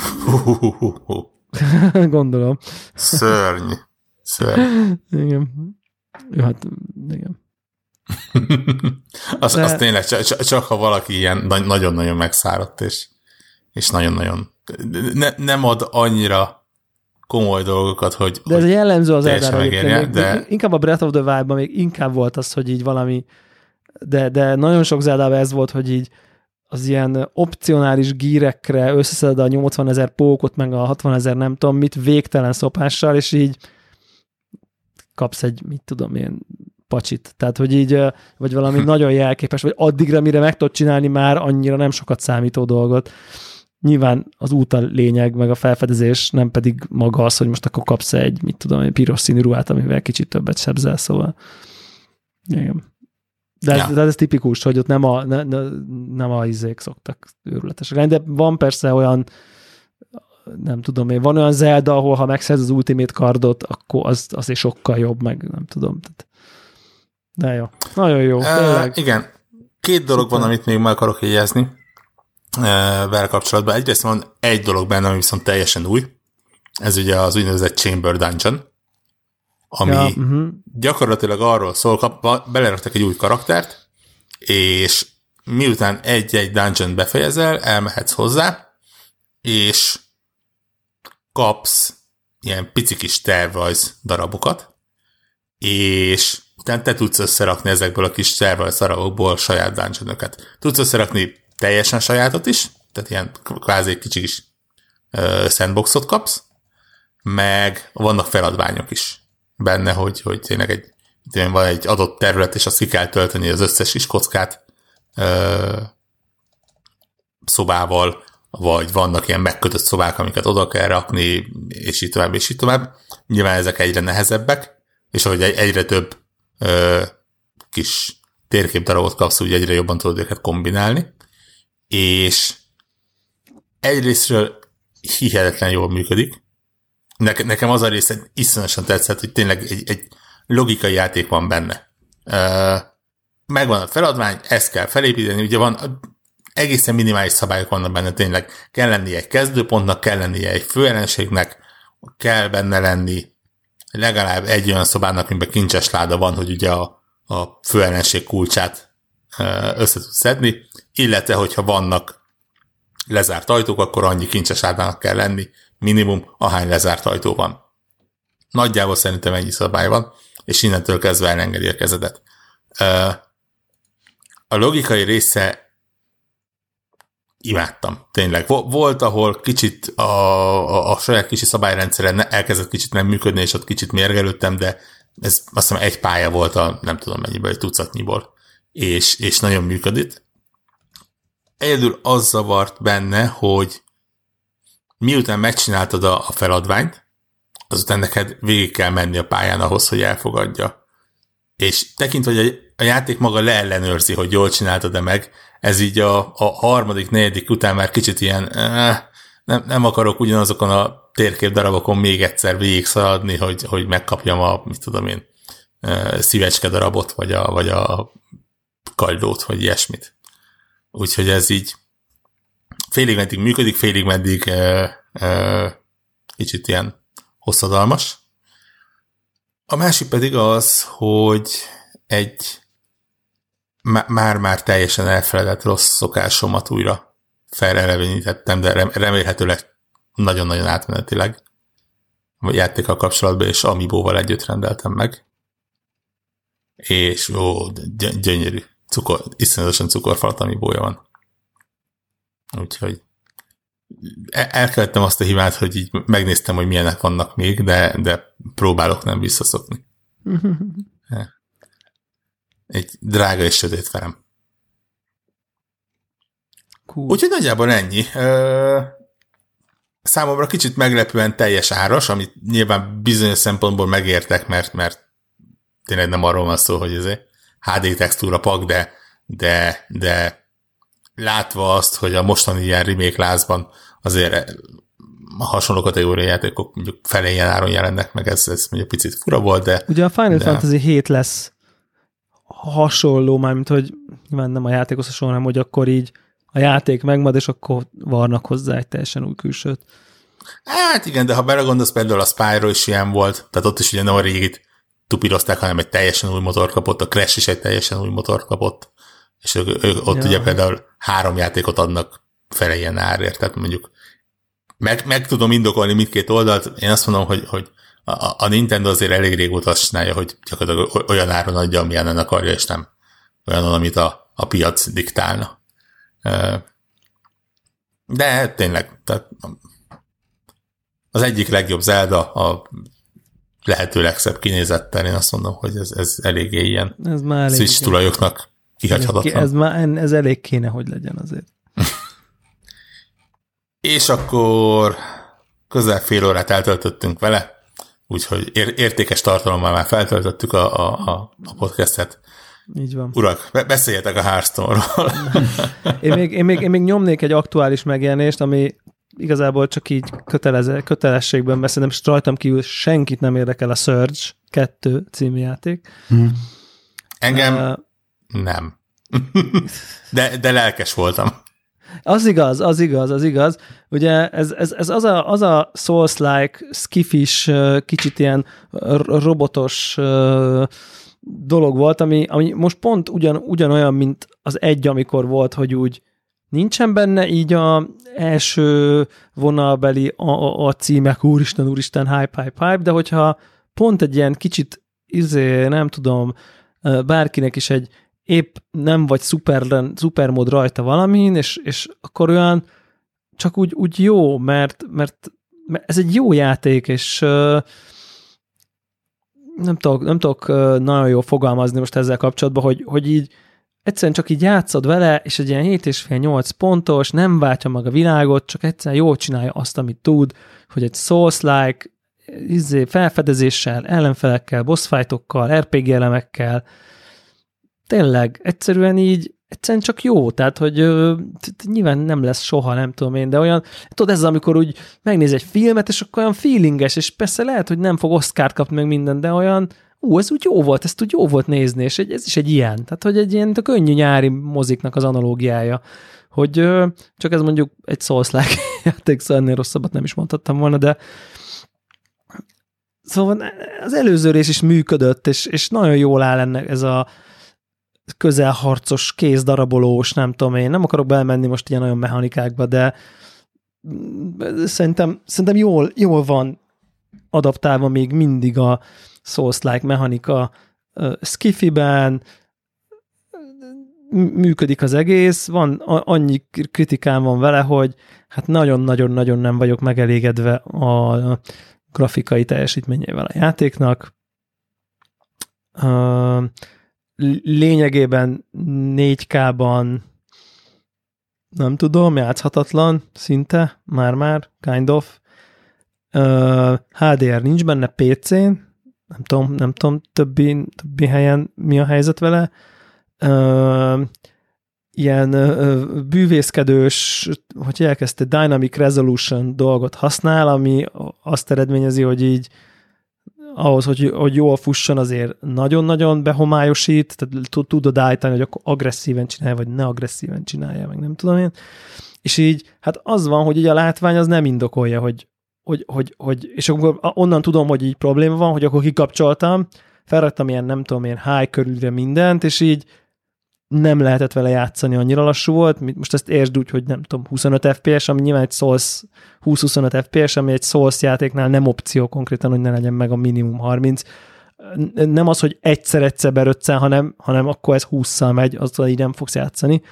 gondolom. Szörny. Igen. Jó, hát igen. Az tényleg, csak ha valaki ilyen nagyon-nagyon megszáradt, és nagyon-nagyon nem ad annyira komoly dolgokat, hogy de ez jellemző az Eldára, de inkább a Breath of the Wild-ban még inkább volt az, hogy így valami, de nagyon sok Zeldában ez volt, hogy így az ilyen opcionális gírekre összeszeded a 80 000 pókot, meg a 60 000 nem tudom mit, végtelen szopással, és így kapsz egy, mit tudom én, pacsit. Tehát, hogy így, vagy valami nagyon jelképes, vagy addigra, mire meg tudod csinálni már annyira nem sokat számító dolgot. Nyilván az út a lényeg, meg a felfedezés, nem pedig maga az, hogy most akkor kapsz egy, mit tudom, egy piros színű ruhát, amivel kicsit többet sebzel, szóval. Igen. De ez tipikus, hogy ott nem a izék szoktak őrületesek lenni, de van persze olyan, nem tudom én, van olyan Zelda, ahol ha megszerz az Ultimate cardot, akkor az azért sokkal jobb, meg nem tudom. De jó, nagyon jó. Igen, két dolog van, amit még meg akarok jegyezni vele kapcsolatban. Egyrészt van egy dolog benne, ami viszont teljesen új. Ez ugye az úgynevezett Chamber Dungeon, ami gyakorlatilag arról szól, beleraktak egy új karaktert, és miután egy-egy dungeon befejezel, elmehetsz hozzá, és kapsz ilyen pici kis tervrajz darabokat, és utána te tudsz összerakni ezekből a kis tervrajz darabokból saját dungeonokat. Tudsz összerakni teljesen sajátot is, tehát ilyen kvázi egy kicsi kis sandboxot kapsz, meg vannak feladványok is benne, hogy tényleg van egy adott terület, és azt ki kell tölteni az összes kis kockát szobával, vagy vannak ilyen megkötött szobák, amiket oda kell rakni, és így tovább, és így tovább. Nyilván ezek egyre nehezebbek, és ahogy egyre több kis térképdarabot kapsz, úgy egyre jobban tudod őket kombinálni, és egyrésztről hihetetlen jól működik. Nekem az a része iszonyatosan tetszett, hogy tényleg egy logikai játék van benne. megvan a feladvány, ezt kell felépíteni, ugye van, egészen minimális szabályok vannak benne, tényleg kell lennie egy kezdőpontnak, kell lennie egy főellenségnek, kell benne lenni legalább egy olyan szobának, amiben kincses láda van, hogy ugye a főellenség kulcsát össze tud szedni, illetve hogyha vannak lezárt ajtók, akkor annyi kincses ládának kell lenni, minimum, ahány lezárt ajtó van. Nagyjából szerintem ennyi szabály van, és innentől kezdve elengedi a kezedet. A logikai része imádtam, tényleg. Volt, ahol kicsit a saját kicsi szabályrendszeren elkezdett kicsit nem működni, és ott kicsit mérgelődtem, de ez azt hiszem egy pálya volt a nem tudom mennyiből, egy tucatnyiból, és nagyon működött. Egyedül az zavart benne, hogy miután megcsináltad a feladványt, azután neked végig kell menni a pályán ahhoz, hogy elfogadja. És tekintve, hogy a játék maga leellenőrzi, hogy jól csináltad-e meg, ez így a harmadik, negyedik után már kicsit ilyen nem akarok ugyanazokon a térkép darabokon még egyszer végig szaladni, hogy megkapjam a, mit tudom én, szívecske darabot, vagy a kagylót, vagy ilyesmit. Úgyhogy ez így félig meddig működik, félig meddig kicsit ilyen hosszadalmas. A másik pedig az, hogy egy már teljesen elfeledett rossz szokásomat újra felelevenítettem, de remélhetőleg nagyon-nagyon átmenetileg a játékkal kapcsolatban, és Amiibóval együtt rendeltem meg. És gyönyörű. Iszonyatosan cukorfalat Amiibója van. Úgyhogy elkövettem azt a hibát, hogy így megnéztem, hogy milyenek vannak még, de próbálok nem visszaszokni. Egy drága és sötét verem. Cool. Úgyhogy nagyjából ennyi. Számomra kicsit meglepően teljes áras, amit nyilván bizonyos szempontból megértek, mert tényleg nem arról van szó, hogy ez HD textúra pak, de látva azt, hogy a mostani ilyen remake lázban azért a hasonló kategóriai játékok mondjuk fele ilyen áron jelennek meg, ez mondjuk picit fura volt, de... Ugye a Final Fantasy 7 lesz hasonló, mármint, hogy nem a játékhoz hasonló, hanem hogy akkor így a játék megmad, és akkor varnak hozzá egy teljesen új külsőt. Hát igen, de ha belegondolsz, például a Spyro is ilyen volt, tehát ott is ugye nem a régit tupírozták, hanem egy teljesen új motor kapott, a Crash is egy teljesen új motor kapott, és ott ugye például 3 játékot adnak fele ilyen árért, tehát mondjuk meg tudom indokolni mindkét oldalt, én azt mondom, hogy a Nintendo azért elég régóta azt csinálja, hogy gyakorlatilag olyan áron adja, amilyen akarja, és nem olyan, amit a piac diktálna. De tényleg, tehát az egyik legjobb Zelda, a lehető legszebb kinézettel, én azt mondom, hogy ez eléggé ilyen Switch tulajoknak kihagyhatatlan. Ez elég kéne, hogy legyen azért. És akkor közel fél órát eltöltöttünk vele, úgyhogy értékes tartalommal már feltöltöttük a podcastet. Így van. Urak, beszéljetek a Hearthstone-ról. Én még nyomnék egy aktuális megjelenést, ami igazából csak így kötelességben beszélem, és rajtam kívül senkit nem érdekel a Surge 2 című játék. Engem nem. De lelkes voltam. Az igaz. Ugye ez az a Souls-like, skiffish, kicsit ilyen robotos dolog volt, ami most pont ugyanolyan, mint az egy, amikor volt, hogy úgy nincsen benne így a első vonalbeli a címek, úristen, hype, de hogyha pont egy ilyen kicsit, nem tudom, bárkinek is egy épp nem vagy szupermód rajta valamin, és akkor olyan csak úgy jó, mert ez egy jó játék, és nem tudok nagyon jól fogalmazni most ezzel kapcsolatban, hogy így egyszerűen csak így játszod vele, és egy ilyen 7,5-8 pontos, nem váltja meg a világot, csak egyszerűen jól csinálja azt, amit tud, hogy egy Souls-like, felfedezéssel, ellenfelekkel, boss fightokkal, RPG elemekkel, tényleg, egyszerűen csak jó, tehát, hogy nyilván nem lesz soha, nem tudom én, de olyan, tudod, ez amikor úgy megnéz egy filmet, és akkor olyan feelinges, és persze lehet, hogy nem fog Oscart kapni meg minden, de olyan ez úgy jó volt, ezt úgy jó volt nézni, és ez is egy ilyen, tehát hogy egy ilyen a könnyű nyári moziknak az analógiája, hogy csak ez mondjuk egy Souls-like játék, szóval ennél rosszabbat nem is mondhattam volna, de szóval az előző rész is működött, és nagyon jól áll ennek ez a közelharcos, kézdarabolós, nem tudom én, nem akarok belemenni most ilyen olyan mechanikákba, de szerintem jól van adaptálva még mindig a Souls-like mechanika skifiben, működik az egész, van annyi kritikám van vele, hogy hát nagyon-nagyon-nagyon nem vagyok megelégedve a grafikai teljesítményével a játéknak. Lényegében 4K-ban nem tudom, játszhatatlan szinte, már, kind of. HDR nincs benne PC-n, nem tudom többi helyen mi a helyzet vele. Ilyen bűvészkedős, hogy elkezdte Dynamic Resolution dolgot használ, ami azt eredményezi, hogy így ahhoz, hogy jól fusson, azért nagyon-nagyon behomályosít, tehát tudod állítani, hogy akkor agresszíven csinálja, vagy ne agresszíven csinálja, meg nem tudom én. És így, hát az van, hogy így a látvány az nem indokolja, hogy és akkor onnan tudom, hogy így probléma van, hogy akkor kikapcsoltam, felraktam ilyen, nem tudom, ilyen high körülre mindent, és így nem lehetett vele játszani, annyira lassú volt. Most ezt értsd úgy, hogy nem tudom, 25 FPS, ami nyilván egy Souls 20-25 FPS, ami egy Souls játéknál nem opció konkrétan, hogy ne legyen meg a minimum 30. Nem az, hogy egyszer beröccen, hanem akkor ez 20-szal megy, azzal így nem fogsz játszani.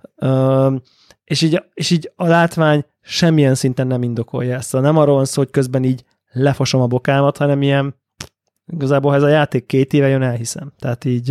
És így a látvány semmilyen szinten nem indokolja ezt. Nem arról van szó, hogy közben így lefosom a bokámat, hanem ilyen igazából, ha ez a játék 2 éve jön, elhiszem. Tehát így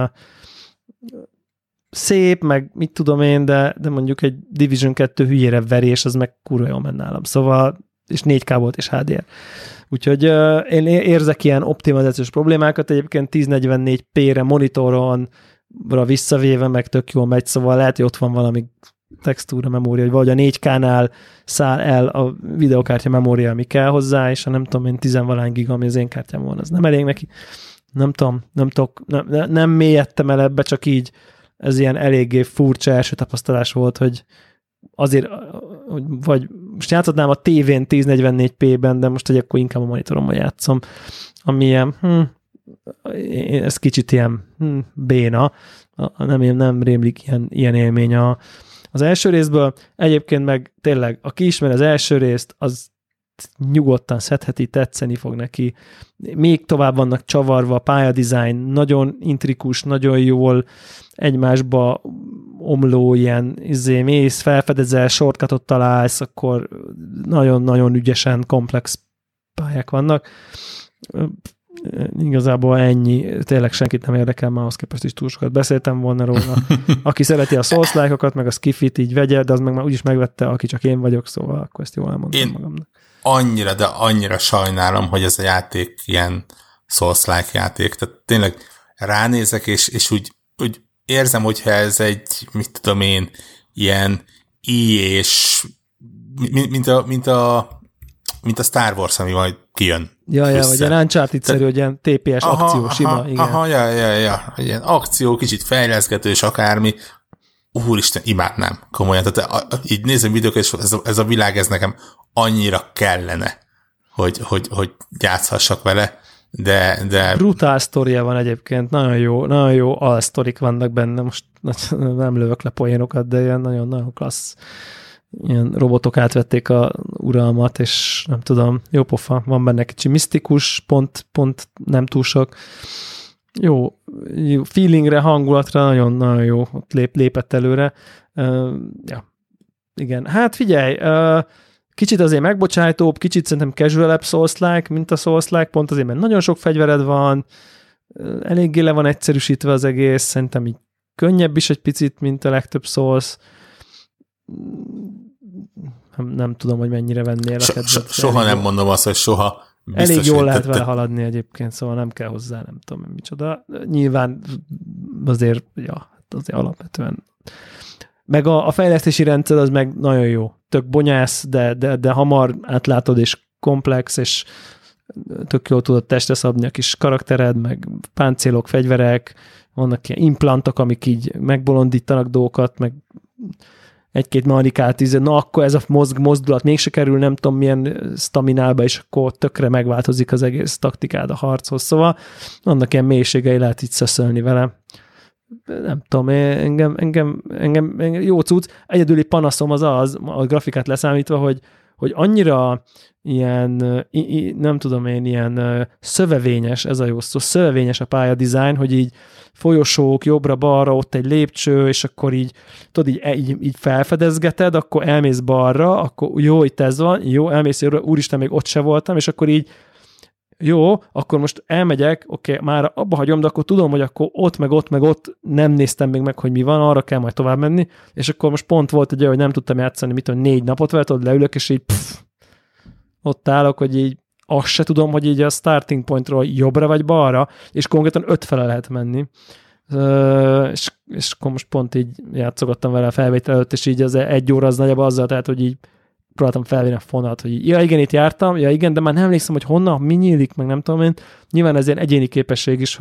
szép, meg mit tudom én, de mondjuk egy Division 2 hülyére verés, az meg kurva jól menne nálam. Szóval, és 4K volt, és HDR. Úgyhogy én érzek ilyen optimalizációs problémákat, egyébként 1044p-re monitoron visszavéve meg tök jól megy, szóval lehet, hogy ott van valami textúra memória, hogy vagy a 4K-nál száll el a videokártya memória, ami kell hozzá, és ha nem tudom én 10-valány giga, ami az én kártyám van, az nem elég neki. Nem mélyedtem el ebbe, csak így ez ilyen eléggé furcsa első tapasztalás volt, hogy azért, vagy most játszhatnám a tévén 1044p-ben, de most akkor inkább a monitorommal játszom, ami ilyen, ez kicsit ilyen béna, nem rémlik ilyen élmény az első részből. Egyébként meg tényleg, aki ismer az első részt, az nyugodtan szedheti, tetszeni fog neki. Még tovább vannak csavarva, a pályadizájn nagyon intrikus, nagyon jól egymásba omló ilyen mész, felfedezel, shortcutot találsz, akkor nagyon-nagyon ügyesen komplex pályák vannak. Igazából ennyi, tényleg senkit nem érdekel, már ahhoz képest is túl sokat beszéltem volna róla. Aki szereti a Souls-like-okat, meg a Skifit így vegye, de az meg már úgyis megvette, aki csak én vagyok, szóval akkor ezt jól elmondtam magamnak. Annyira, de annyira sajnálom, hogy ez a játék ilyen Souls-like játék. Tehát tényleg ránézek, és úgy érzem, hogyha ez egy, mit tudom én, ilyen és mint a Star Wars, ami majd kijön. Ja, vagy egy Uncharted-szerű, hogy ilyen TPS akció, sima. Igen. Ilyen akció, kicsit fejleszgetős, akármi. Úristen, imádnám, komolyan. Tehát így nézem videókat, és ez a világ, ez nekem annyira kellene, hogy játszhassak vele, de... Brutál sztoria van egyébként, nagyon jó alsztorik vannak benne, most nem lövök le poénokat, de ilyen nagyon-nagyon klassz. Ilyen robotok átvették a uralmat, és nem tudom, jó pofa, van benne kicsi misztikus, pont nem túl sok. Jó feelingre, hangulatra, nagyon-nagyon jó, ott lépett előre. Ja, igen. Hát figyelj, kicsit azért megbocsájtóbb, kicsit szerintem casual-ebb Souls-like, mint a Souls-like, pont azért, mert nagyon sok fegyvered van, eléggé le van egyszerűsítve az egész, szerintem így könnyebb is egy picit, mint a legtöbb Souls. Nem tudom, hogy mennyire vennél a kedvet. Soha nem mondom azt, hogy soha. Biztos, elég jól lehet vele haladni egyébként, szóval nem kell hozzá, nem tudom micsoda. Nyilván azért alapvetően. Meg a fejlesztési rendszer az meg nagyon jó. Tök bonyász, de hamar átlátod, és komplex, és tök jól tudod testre szabni a kis karaktered, meg páncélok, fegyverek, vannak ilyen implantok, amik így megbolondítanak dolgokat, meg egy-két mechanikát, na akkor ez a mozdulat mégse kerül, nem tudom milyen staminába, és akkor tökre megváltozik az egész taktikád a harchoz. Szóval annak ilyen mélységei lehet így szöszölni vele. Nem tudom, engem jó cucc. Egyedüli panaszom az a grafikát leszámítva, hogy annyira ilyen, nem tudom én, ilyen szövevényes, ez a jó szó, szövevényes a pályadizájn, hogy így folyosók jobbra-balra, ott egy lépcső, és akkor így, tudod, így felfedezgeted, akkor elmész balra, akkor jó, itt ez van, jó, elmész jobbra, úristen, még ott se voltam, és akkor így jó, akkor most elmegyek, oké, már abba hagyom, de akkor tudom, hogy akkor ott, meg ott nem néztem még meg, hogy mi van, arra kell majd tovább menni, és akkor most pont volt egy olyan, hogy nem tudtam játszani, mit tudom, 4 napot vele, ott leülök, és így ott állok, hogy így azt se tudom, hogy így a starting pointról jobbra vagy balra, és konkrétan 5 fele lehet menni. És akkor most pont így játszogattam vele a felvétel előtt, és így az 1 óra az nagyjából azzal, tehát, hogy így próbáltam felvenni a fonat, hogy így, ja igen, itt jártam, ja igen, de már nem emlékszem, hogy honnan, mi nyílik, meg nem tudom én. Nyilván ez ilyen egyéni képesség is,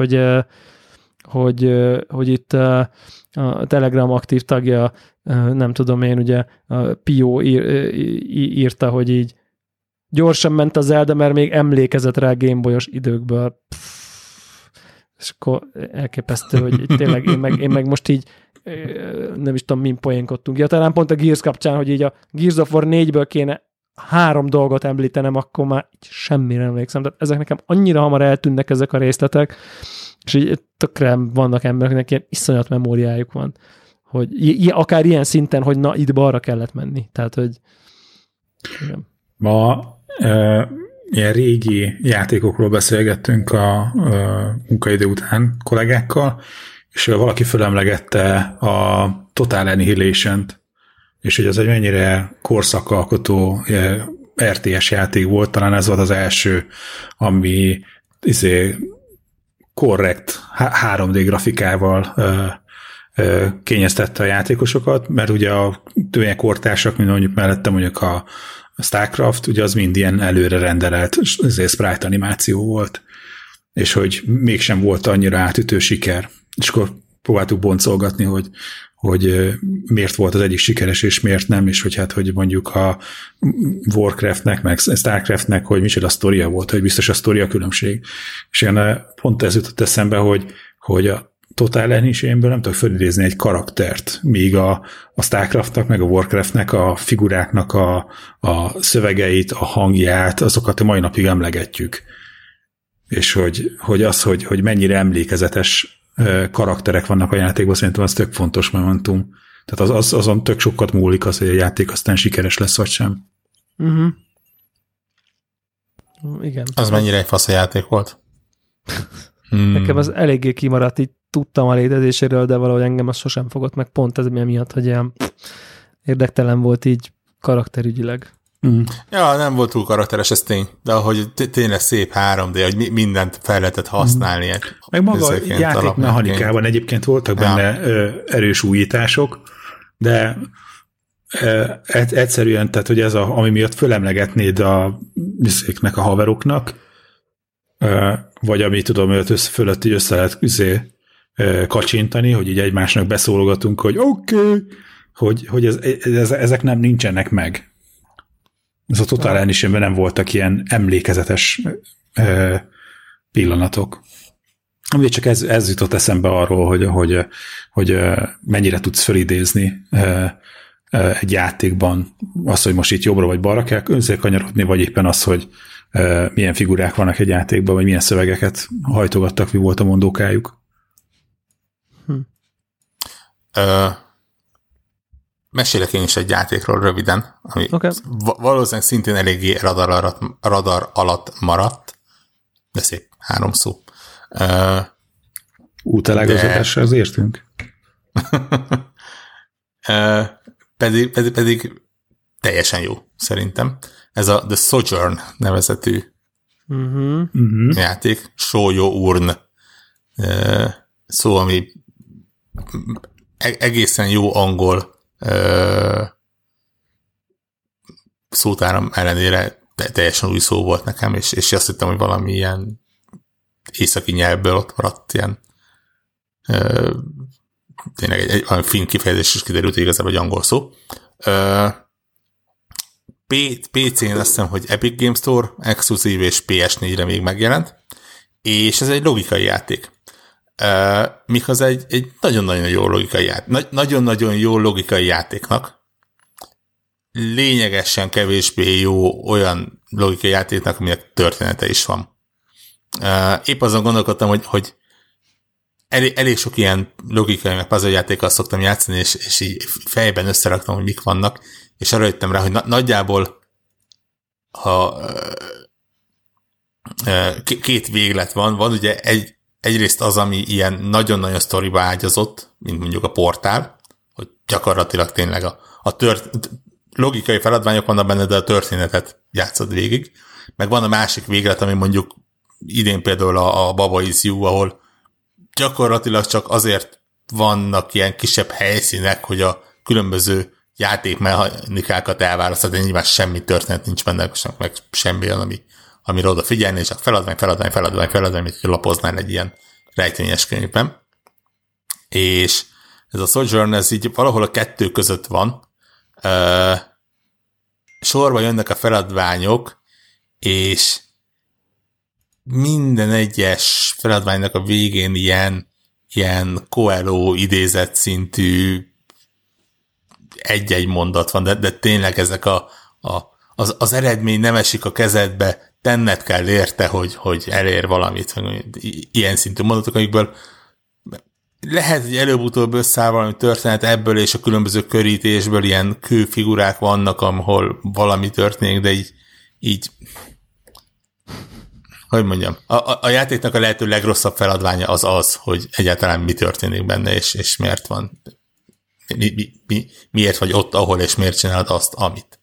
hogy itt a Telegram aktív tagja, nem tudom én, ugye a Pio írta, hogy így gyorsan ment az Zelda, mert még emlékezett rá Game Boy-os időkből. És akkor elképesztő, hogy tényleg én meg most így nem is tudom, min poénkodtunk. Ja, talán pont a Gears kapcsán, hogy így a Gears of War 4-ből kéne 3 dolgot említenem, akkor már semmire nem emlékszem. Tehát ezek nekem annyira hamar eltűnnek ezek a részletek, és így tökre vannak embereknek ilyen iszonyat memóriájuk van, hogy akár ilyen szinten, hogy na, itt balra kellett menni. Tehát, hogy igen. Ma ilyen régi játékokról beszélgettünk a munkaidő után kollégákkal, és valaki fölemlegette a Total Annihilation-t, és hogy az egy mennyire korszakalkotó RTS játék volt, talán ez volt az első, ami korrekt 3D grafikával kényeztette a játékosokat, mert ugye a kortársak, mint mondjuk mellettem mondjuk a Starcraft, ugye az mind ilyen előre renderelt sprite animáció volt, és hogy mégsem volt annyira átütő siker. És akkor próbáltuk boncolgatni, hogy miért volt az egyik sikeres, és miért nem, és hogy hát, hogy mondjuk a Warcraftnek, meg Starcraftnek, hogy micsoda sztoria volt, hogy biztos a sztoria különbség. És ilyen pont ez jutott eszembe, hogy a Total Annihilation-ből nem tudok felidézni egy karaktert, míg a Starcraftnak, meg a Warcraftnek, a figuráknak a szövegeit, a hangját, azokat a mai napig emlegetjük. És hogy mennyire emlékezetes karakterek vannak a játékban, szerintem az tök fontos momentum. Tehát azon tök sokat múlik az, hogy a játék aztán sikeres lesz, vagy sem. Uh-huh. Igen. Az mennyire egy fasz a játék volt? Nekem az eléggé kimaradt, így tudtam a létezéséről, de valahogy engem az sosem fogott meg, pont ez miatt, hogy ilyen érdektelen volt így karakterügyileg. Ja, nem volt túl karakteres, ez tény, de ahogy tényleg szép 3D, hogy mindent fel lehetett használni. Meg maga a játékmechanikában egyébként voltak benne erős újítások, de egyszerűen, tehát hogy ez ami miatt fölemlegetnéd a a haveroknak, vagy ami tudom, hogy fölött így össze lehet kacsintani, hogy így egymásnak beszólogatunk, hogy oké, hogy ezek nem nincsenek meg. Ez a Total Annihilation-ben nem voltak ilyen emlékezetes pillanatok. Amúgy csak ez jutott eszembe arról, hogy mennyire tudsz felidézni egy játékban az, hogy most itt jobbra vagy balra kell kanyarodni, vagy éppen az, hogy milyen figurák vannak egy játékban, vagy milyen szövegeket hajtogattak, mi volt a mondókájuk. Mesélek én is egy játékról röviden, ami valószínűleg szintén eléggé radar alatt maradt, de szép 3 szó. Útelágazatásra az értünk. Pedig teljesen jó, szerintem. Ez a The Sojourn nevezetű játék, Shoyo Urn szó, ami egészen jó angol szótáram ellenére teljesen új szó volt nekem, és azt hittem, hogy valami ilyen északi nyelvből ott maradt ilyen tényleg egy finn kifejezés is kiderült, hogy igazából egy angol szó. PC-n azt hiszem, hogy Epic Games Store exkluzív és PS4-re még megjelent, és ez egy logikai játék. Méghozzá egy nagyon-nagyon jó logikai játék. Nagyon-nagyon jó logikai játéknak, lényegesen kevésbé jó olyan logikai játéknak, aminek története is van. Épp azon gondolkodtam, hogy elég sok ilyen logikai, meg puzzle játékkal szoktam játszani, és így fejben összeraktam, hogy mik vannak, és arra jöttem rá, hogy nagyjából ha két véglet van ugye egyrészt az, ami ilyen nagyon-nagyon sztoriba ágyazott, mint mondjuk a Portál, hogy gyakorlatilag tényleg a logikai feladványok vannak benne, de a történetet játszod végig. Meg van a másik véglet, ami mondjuk idén például a Baba Is You, ahol gyakorlatilag csak azért vannak ilyen kisebb helyszínek, hogy a különböző játékmechanikákat elválasztod, de nyilván semmi történet nincs benne, meg semmi olyan, amire odafigyelni, csak feladvány, mint hogy lapoznál egy ilyen rejtvényes könyvben. És ez a Sojourn, ez így valahol a kettő között van. Sorba jönnek a feladványok, és minden egyes feladványnak a végén ilyen Coelho idézet szintű egy-egy mondat van, de tényleg ezek az eredmény nem esik a kezedbe, tenned kell érte, hogy elér valamit, ilyen szintű mondatok, amikből lehet, hogy előbb-utóbb összeáll valami történet ebből, és a különböző körítésből ilyen kőfigurák vannak, ahol valami történik, de így hogy mondjam, a játéknak a lehető legrosszabb feladványa az, hogy egyáltalán mi történik benne, és miért van, miért vagy ott, ahol, és miért csinálod azt, amit.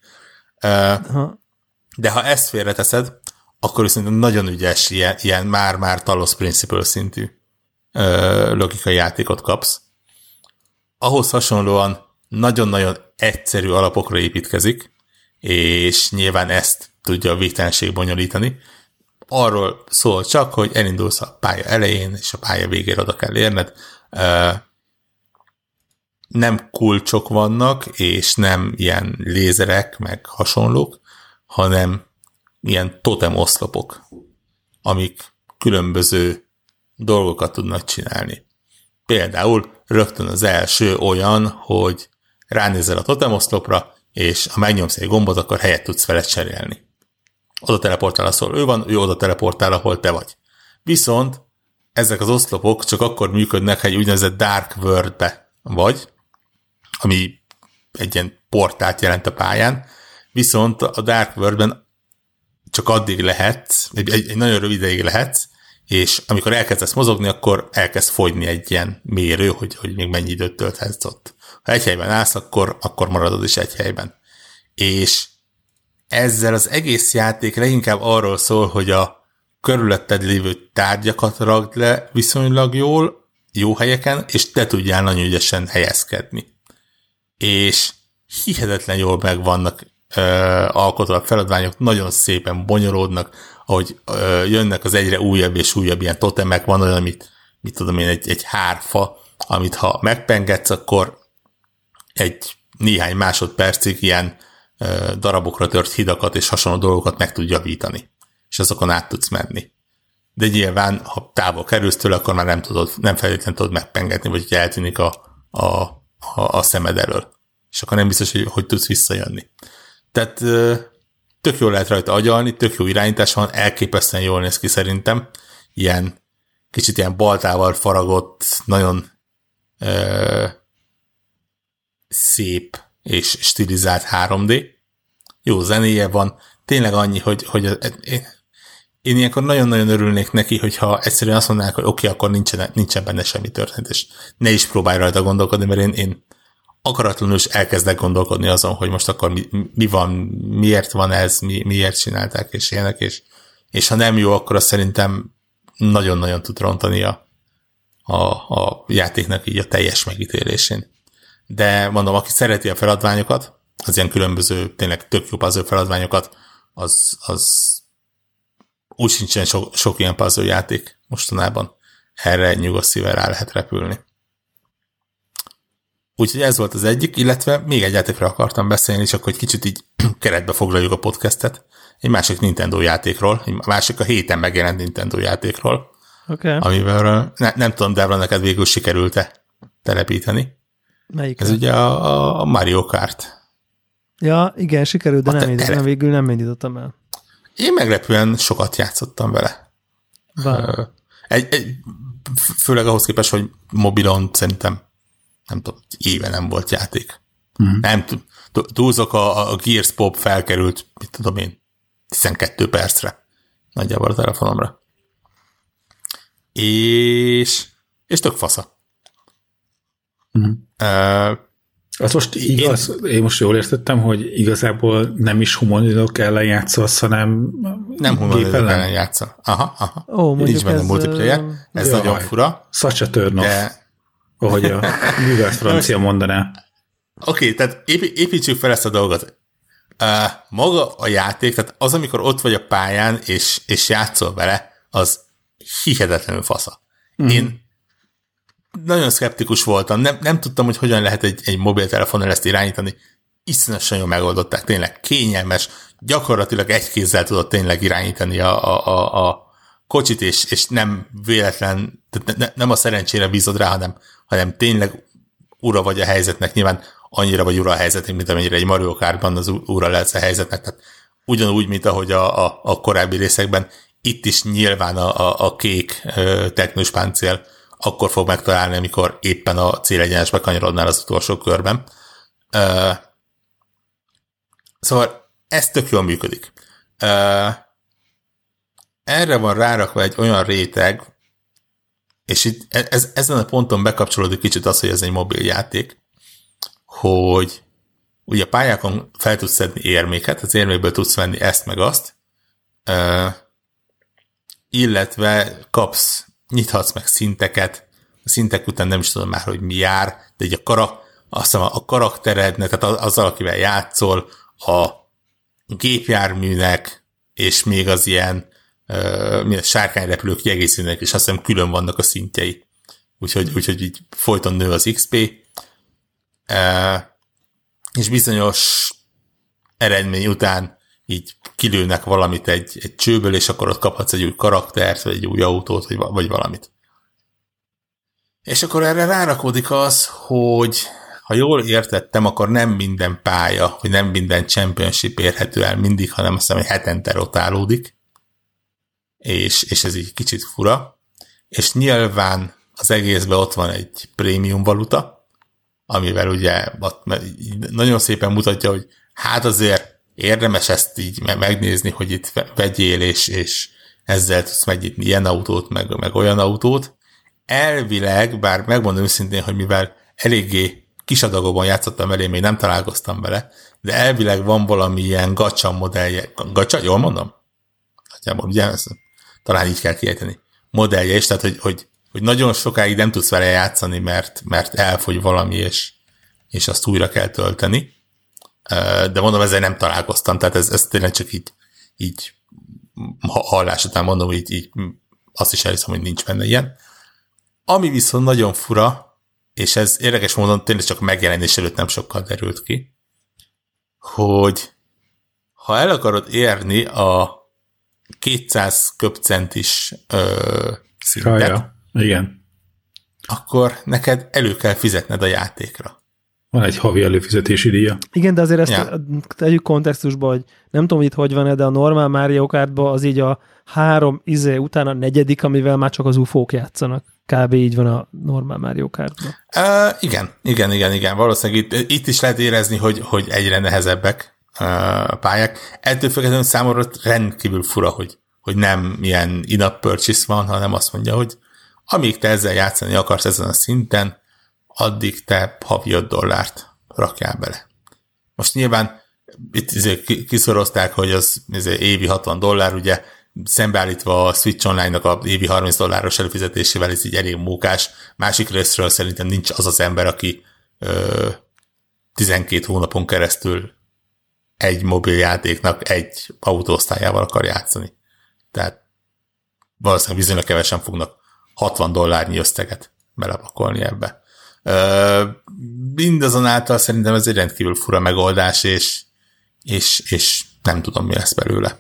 De ha ezt félreteszed, akkor viszont nagyon ügyes, ilyen már Talos Principle szintű logikai játékot kapsz. Ahhoz hasonlóan nagyon-nagyon egyszerű alapokra építkezik, és nyilván ezt tudja a végtelenség bonyolítani. Arról szól csak, hogy elindulsz a pálya elején, és a pálya végére oda kell érned. Nem kulcsok vannak, és nem ilyen lézerek, meg hasonlók, hanem ilyen totem oszlopok, amik különböző dolgokat tudnak csinálni. Például rögtön az első olyan, hogy ránézel a totem oszlopra, és ha megnyomsz egy gombot, akkor helyet tudsz vele cserélni. Oda teleportál, ahol ő van, ő oda teleportál, ahol te vagy. Viszont ezek az oszlopok csak akkor működnek, ha egy úgynevezett Dark World-be vagy, ami egy ilyen portált jelent a pályán, viszont a Dark World-ben csak addig lehetsz, egy nagyon rövid ideig lehetsz, és amikor elkezdesz mozogni, akkor elkezd fogyni egy ilyen mérő, hogy még mennyi időt tölthetsz ott. Ha egy helyben állsz, akkor maradod is egy helyben. És ezzel az egész játék leginkább arról szól, hogy a körülötted lévő tárgyakat ragd le viszonylag jól, jó helyeken, és te tudjál nagyon ügyesen helyezkedni. És hihetetlen jól meg vannak alkotva a feladványok, nagyon szépen bonyolódnak, ahogy jönnek az egyre újabb és újabb ilyen totemek, van olyan, mit tudom én, egy hárfa, amit ha megpengetsz, akkor egy néhány másodpercig ilyen darabokra tört hidakat és hasonló dolgokat meg tud javítani, és azokon át tudsz menni. De nyilván, ha távol kerülsz tőle, akkor már nem feltétlenül tudod megpengetni, vagy hogy eltűnik a szemed elől. És akkor nem biztos, hogy tudsz visszajönni. Tehát tök jól lehet rajta agyalni, tök jó irányítás van, elképesztően jól néz ki szerintem. Kicsit ilyen baltával faragott, nagyon szép és stilizált 3D. Jó zenéje van, tényleg annyi, hogy én ilyenkor nagyon-nagyon örülnék neki, hogyha egyszerűen azt mondanák, hogy oké, akkor nincsen benne semmi történet, és ne is próbálj rajta gondolkodni, mert én akaratlanul is elkezdek gondolkodni azon, hogy most akkor mi van, miért van ez, miért csinálták, és ilyenek, és ha nem jó, akkor azt szerintem nagyon-nagyon tud rontani a játéknak így a teljes megítélésén. De mondom, aki szereti a feladványokat, az ilyen különböző, tényleg tök jó puzzle feladványokat, az úgy sincsen sok ilyen puzzle játék mostanában. Erre nyugodt szívvel rá lehet repülni. Úgyhogy ez volt az egyik, illetve még egy játékra akartam beszélni, csak hogy kicsit így keretbe foglaljuk a podcastet. Egy másik Nintendo játékról, egy másik a héten megjelent Nintendo játékról, amivel nem tudom, Devla, neked végül sikerült-e telepíteni. Melyik? Ez ugye a Mario Kart. Ja, igen, sikerült, de végül nem indítottam el. Én meglepően sokat játszottam vele. Főleg ahhoz képest, hogy mobilon szerintem nem tudom, éve nem volt játék. Nem túlzok, a Gears Pop felkerült, mit tudom én, 12 percre nagyjából a telefonomra. És tök fasza. Az most igaz, én most jól értettem, hogy igazából nem is humanoidok ellen játszasz, hanem nem humanoidok ellen játszol. Aha. Nincs benne multiplayer. Ez nagyon fura. Such a turn off. Ahogy a nyugat francia mondaná. Oké, tehát építsük fel ezt a dolgot. Maga a játék, tehát az, amikor ott vagy a pályán, és játszol vele, az hihetetlenül fasza. Én nagyon szkeptikus voltam, nem tudtam, hogy hogyan lehet egy mobiltelefonnal ezt irányítani. Iszonyatosan jól megoldották, tényleg kényelmes, gyakorlatilag egy kézzel tudod tényleg irányítani a kocsit, és nem véletlen, nem a szerencsére bízod rá, hanem tényleg ura vagy a helyzetnek, nyilván annyira vagy ura a helyzetnek, mint amennyire egy Mario Kartban az ura lesz a helyzetnek, tehát ugyanúgy, mint ahogy a korábbi részekben, itt is nyilván a kék teknős páncél akkor fog megtalálni, amikor éppen a célegyenesbe kanyarodnál az utolsó körben. Szóval ez tök jól működik. Erre van rárakva egy olyan réteg, és itt ezen a ponton bekapcsolódik kicsit az, hogy ez egy mobil játék, hogy ugye a pályákon fel tudsz szedni érméket, az érmékből tudsz venni ezt meg azt, illetve nyithatsz meg szinteket, a szintek után nem is tudom már, hogy mi jár, de így a karakterednek, tehát azzal, akivel játszol, a gépjárműnek, és még az ilyen sárkányrepülők kiegészülnek, és azt hiszem külön vannak a szintjei. Úgyhogy így folyton nő az XP, és bizonyos eredmény után így kilőnek valamit egy csőből, és akkor ott kaphatsz egy új karaktert, vagy egy új autót, vagy valamit. És akkor erre rárakódik az, hogy ha jól értettem, akkor nem minden pálya, hogy nem minden championship érhető el mindig, hanem azt hiszem, hogy hetente rotálódik, és ez így kicsit fura. És nyilván az egészben ott van egy prémium valuta, amivel ugye nagyon szépen mutatja, hogy hát azért érdemes ezt így megnézni, hogy itt vegyél, és ezzel tudsz megnyitni ilyen autót, meg olyan autót. Elvileg, bár megmondom őszintén, hogy mivel eléggé kis adagokban játszottam elé, még nem találkoztam vele, de elvileg van valami ilyen gacha modellje. Gacha? Jól mondom? Nagyjából, ugye? Ezt talán így kell kiejteni. Modellje is, tehát hogy nagyon sokáig nem tudsz vele játszani, mert elfogy valami, és azt újra kell tölteni. De mondom, ezzel nem találkoztam, tehát ez tényleg csak így hallás után mondom, így azt is elhiszem, hogy nincs benne ilyen. Ami viszont nagyon fura, és ez érdekes módon tényleg csak a megjelenés előtt nem sokkal derült ki, hogy ha el akarod érni a 200 köpcentis szintet, igen, akkor neked elő kell fizetned a játékra. Van egy havi előfizetési díja. Igen, de azért ezt tegyük kontextusba, hogy nem tudom, hogy itt hogy van, de a normál Mario Kartban az így a 3 után a 4, amivel már csak az UFO-k játszanak. Kb. Így van a normál Mario Kartban. Igen. Valószínűleg itt is lehet érezni, hogy egyre nehezebbek a pályák. Ettől függetlenül számomra rendkívül fura, hogy nem ilyen in-app purchase van, hanem azt mondja, hogy amíg te ezzel játszani akarsz ezen a szinten, addig te havi $5 rakjál bele. Most nyilván itt kiszorozták, hogy az évi $60, ugye szembeállítva a Switch Online-nak a évi $30 előfizetésével, ez így elég mókás. Másik részről szerintem nincs az az ember, aki 12 hónapon keresztül egy mobiljátéknak egy autóosztályával akar játszani. Tehát valószínűleg viszonylag kevesen fognak $60 összeget belepakolni ebbe. Mindazonáltal szerintem ez egy rendkívül fura megoldás, és nem tudom, mi lesz belőle.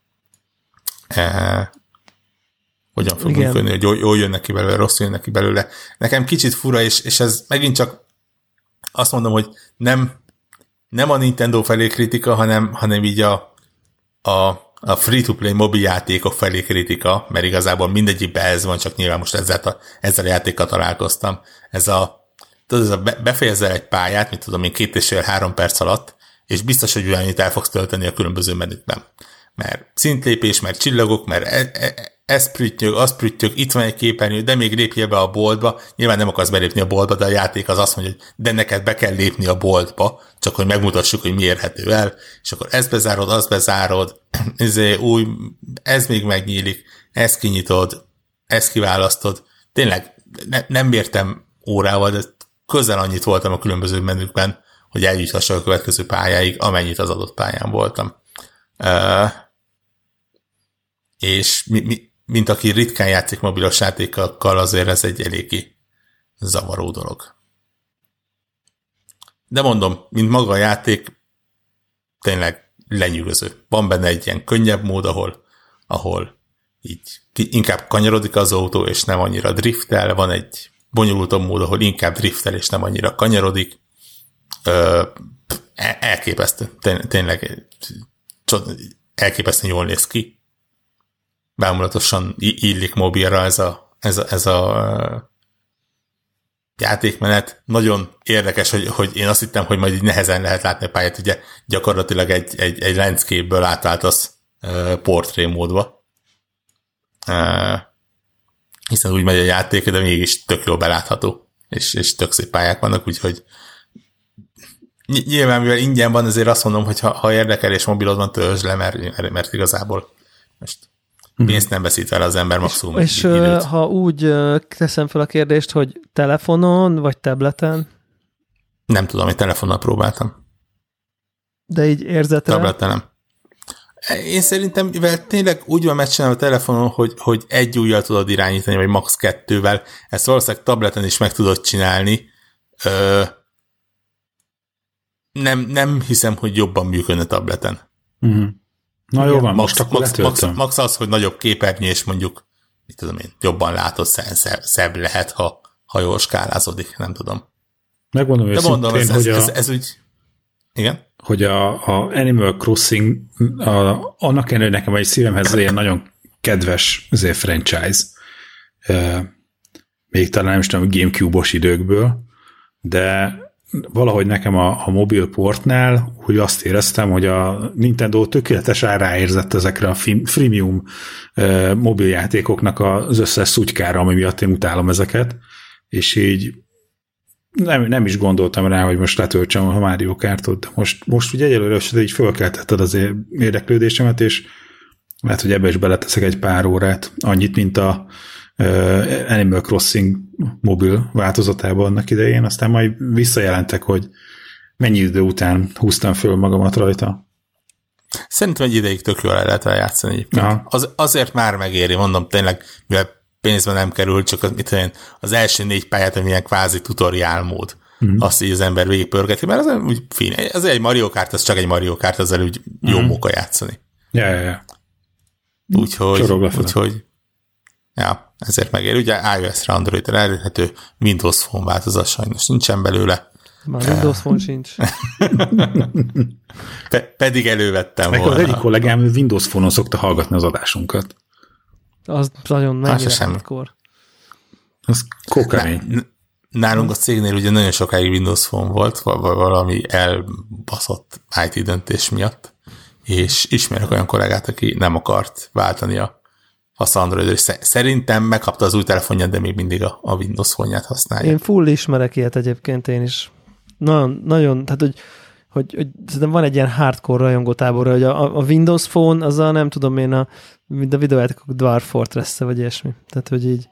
Hogyan fog működni, hogy jól jön neki belőle, rosszul jön neki belőle. Nekem kicsit fura, és ez megint csak azt mondom, hogy nem a Nintendo felé kritika, hanem így a free-to-play mobil játékok felé kritika, mert igazából mindegyikben ez van, csak nyilván most ezzel a játékkal találkoztam. Ez a befejezel egy pályát, mit tudom én, 2,5-3 perc alatt, és biztos, hogy olyannyit el fogsz tölteni a különböző menükben. Mert szintlépés, mert csillagok, mert ez prüttyög, az prüttyög, itt van egy képernyő, de még lépjél be a boltba. Nyilván nem akarsz belépni a boltba, de a játék az azt mondja, hogy de neked be kell lépni a boltba, csak hogy megmutassuk, hogy mi érhető el, és akkor ezt bezárod, azt bezárod, ez még megnyílik, ezt kinyitod, ezt kiválasztod. Tényleg nem értem órával, de közel annyit voltam a különböző menükben, hogy eljuthassam a következő pályáig, amennyit az adott pályán voltam. És mint aki ritkán játszik mobilos játékokkal, azért ez egy eléggé zavaró dolog. De mondom, mint maga a játék, tényleg lenyűgöző. Van benne egy ilyen könnyebb mód, ahol így inkább kanyarodik az autó, és nem annyira driftel, van egy bonyolultabb mód, ahol inkább driftel, és nem annyira kanyarodik. Elképesztő. Tényleg elképesztően jól néz ki. Bámulatosan illik mobilra ez a játékmenet. Nagyon érdekes, hogy én azt hittem, hogy majd így nehezen lehet látni a pályát, ugye gyakorlatilag egy landscape-ből átváltasz portré módba. Hiszen úgy megy a játék, de mégis tök jól belátható, és tök szép pályák vannak, úgyhogy nyilván, mivel ingyen van, ezért azt mondom, hogy ha érdekel és mobilod van, töltsd le, mert igazából most pénzt nem veszít vele az ember, maximum és időt. Ha úgy teszem fel a kérdést, hogy telefonon vagy tableten? Nem tudom, hogy telefonnal próbáltam. De így érzetre? Tableten nem. Én szerintem, mivel tényleg úgy van megcsinálva a telefonon, hogy egy ujjal tudod irányítani, vagy max. 2-vel, ezt valószínűleg tableten is meg tudod csinálni. Nem hiszem, hogy jobban működne tableten. Uh-huh. Na jó van, most akkor letöltöm. Max az, hogy nagyobb képernyő, és mondjuk, mit tudom én, jobban látod, szebb lehet, ha jól skálázódik, nem tudom. Megmondom őszintén, hogy ez úgy... Igen? Hogy a Animal Crossing, annak ellenére nekem egy szívemhez ilyen nagyon kedves franchise. Még talán nem is tudom, Gamecube-os időkből, de valahogy nekem a mobil portnál úgy azt éreztem, hogy a Nintendo tökéletesen ráérzett ezekre a freemium mobiljátékoknak az összes szutykára, ami miatt én utálom ezeket, és így nem is gondoltam rá, hogy most letöltsem a Mario Kartot, de most ugye egyelőre így fölkeltetted az érdeklődésemet, és lehet, hogy ebbe is beleteszek egy pár órát, annyit, mint a Animal Crossing mobil változatában annak idején, aztán majd visszajelentek, hogy mennyi idő után húztam föl magamat rajta. Szerintem egy ideig tök jól el lehet eljátszani. Azért már megéri, mondom, tényleg, mivel pénzben nem kerül, csak az első 4 pályát, amilyen kvázi tutoriál mód. Azt így az ember végigpörgeti, mert az úgy fin. Az egy Mario Kart, az csak egy Mario Kart, ezzel úgy jó móka játszani. Ja. Úgyhogy ja, ezért megér. Ugye iOS-re, Android-re elérhető, Windows Phone változat sajnos nincsen belőle. Már Windows Phone sincs. Pedig elővettem volna. Az egyik kollégám Windows Phone-on szokta hallgatni az adásunkat. Az nagyon mennyire hardcore. Az kókemény. Nálunk a cégnél ugye nagyon sokáig Windows Phone volt, valami elbaszott IT döntés miatt, és ismerek olyan kollégát, aki nem akart váltani a Androidra, és szerintem megkapta az új telefonját, de még mindig a Windows Phone-ját használja. Én full ismerek ilyet egyébként én is. Nagyon, tehát hogy szerintem van egy ilyen hardcore rajongótábor, hogy a Windows Phone, az a nem tudom én, mint a videójátékok Dwarf Fortress-e, vagy ilyesmi. Tehát, hogy így...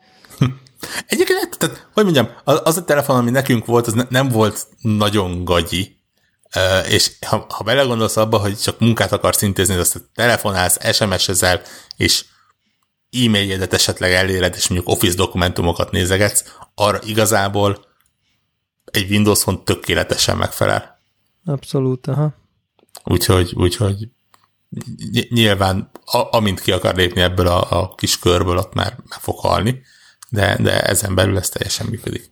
Egyébként, tehát, hogy mondjam, az a telefon, ami nekünk volt, az nem volt nagyon gagyi, és ha belegondolsz abba, hogy csak munkát akarsz intézni, azt telefonálsz, SMS-ezel, és e-mailjedet esetleg eléred, és mondjuk Office dokumentumokat nézegetsz, arra igazából egy Windows Phone tökéletesen megfelel. Abszolút, aha. Úgyhogy nyilván amint ki akar lépni ebből a kis körből, ott már fog halni, de ezen belül ez teljesen működik.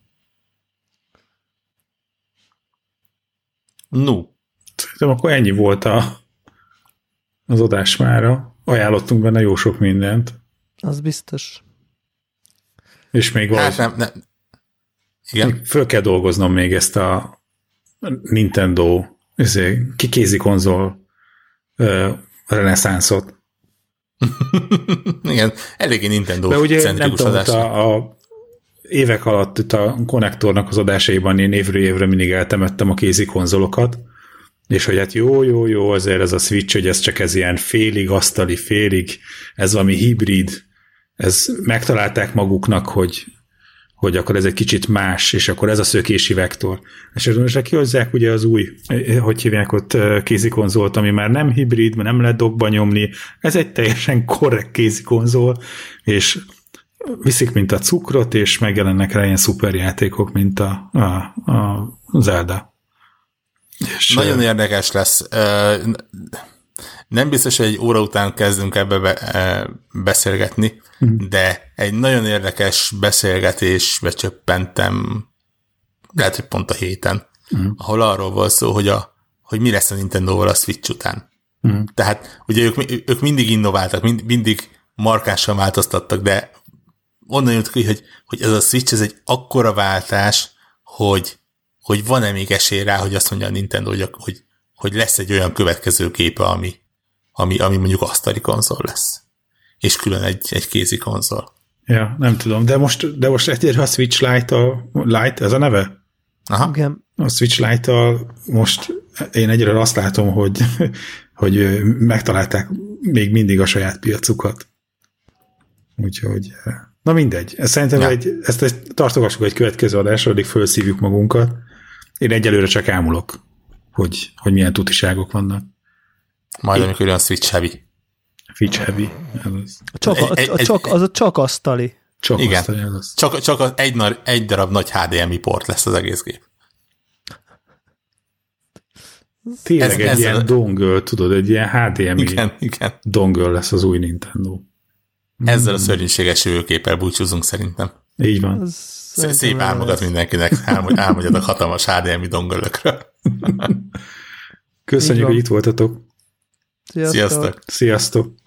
No. Szerintem akkor ennyi volt az adás mára. Ajánlottunk benne jó sok mindent. Az biztos. És még nem. Igen. Föl kell dolgoznom még ezt a Nintendo kikézi konzol reneszánszot. Igen, eléggé Nintendo de ugye centrikus adás. A évek alatt itt a Konnektornak az adásaiban én évről évre mindig eltemettem a kézi konzolokat, és hogy hát jó, azért ez a Switch, hogy ez csak ez ilyen félig asztali, félig, ez valami hibrid, ez megtalálták maguknak, hogy akkor ez egy kicsit más, és akkor ez a szökési vektor. És most kihozzák ugye az új, hogy hívják ott kézikonzolt, ami már nem hibrid, mert nem lehet dockba nyomni, ez egy teljesen korrekt kézikonzol, és viszik, mint a cukrot, és megjelennek rá ilyen szuperjátékok, mint a Zelda. És nagyon érdekes lesz. Nem biztos, hogy egy óra után kezdünk ebbe beszélgetni, de egy nagyon érdekes beszélgetésbe csöppentem, lehet, hogy pont a héten, ahol arról volt szó, hogy mi lesz a Nintendo-val a Switch után. Tehát ugye ők mindig innováltak, mindig markánsan változtattak, de onnan jött ki, hogy ez a Switch ez egy akkora váltás, hogy van-e még esély rá, hogy azt mondja a Nintendo, hogy lesz egy olyan következő képe, ami mondjuk asztali konzol lesz. És külön egy kézi konzol. Ja, nem tudom, de most egyre a Switch Lite, ez a neve? Aha. Igen. A Switch Lite-tal most én egyre azt látom, hogy megtalálták még mindig a saját piacukat. Úgyhogy na mindegy. Szerintem ezt tartogassuk egy következő adásra, addig fölszívjuk magunkat. Én egyelőre csak ámulok, hogy milyen tutiságok vannak. Majd amikor olyan Switch Heavy. Switch Heavy. Csak asztali. Igen. Asztali, csak egy darab nagy HDMI port lesz az egész gép. Tényleg egy ilyen dongle, tudod, egy ilyen HDMI igen. dongle lesz az új Nintendo. Ezzel a szörnyűséges jövőképpel búcsúzunk szerintem. Így van. Szép álmokat mindenkinek, álmodjatok hatalmas HDMI dongle-ökről. Köszönjük, hogy itt voltatok. Sziasztok! Sziasztok!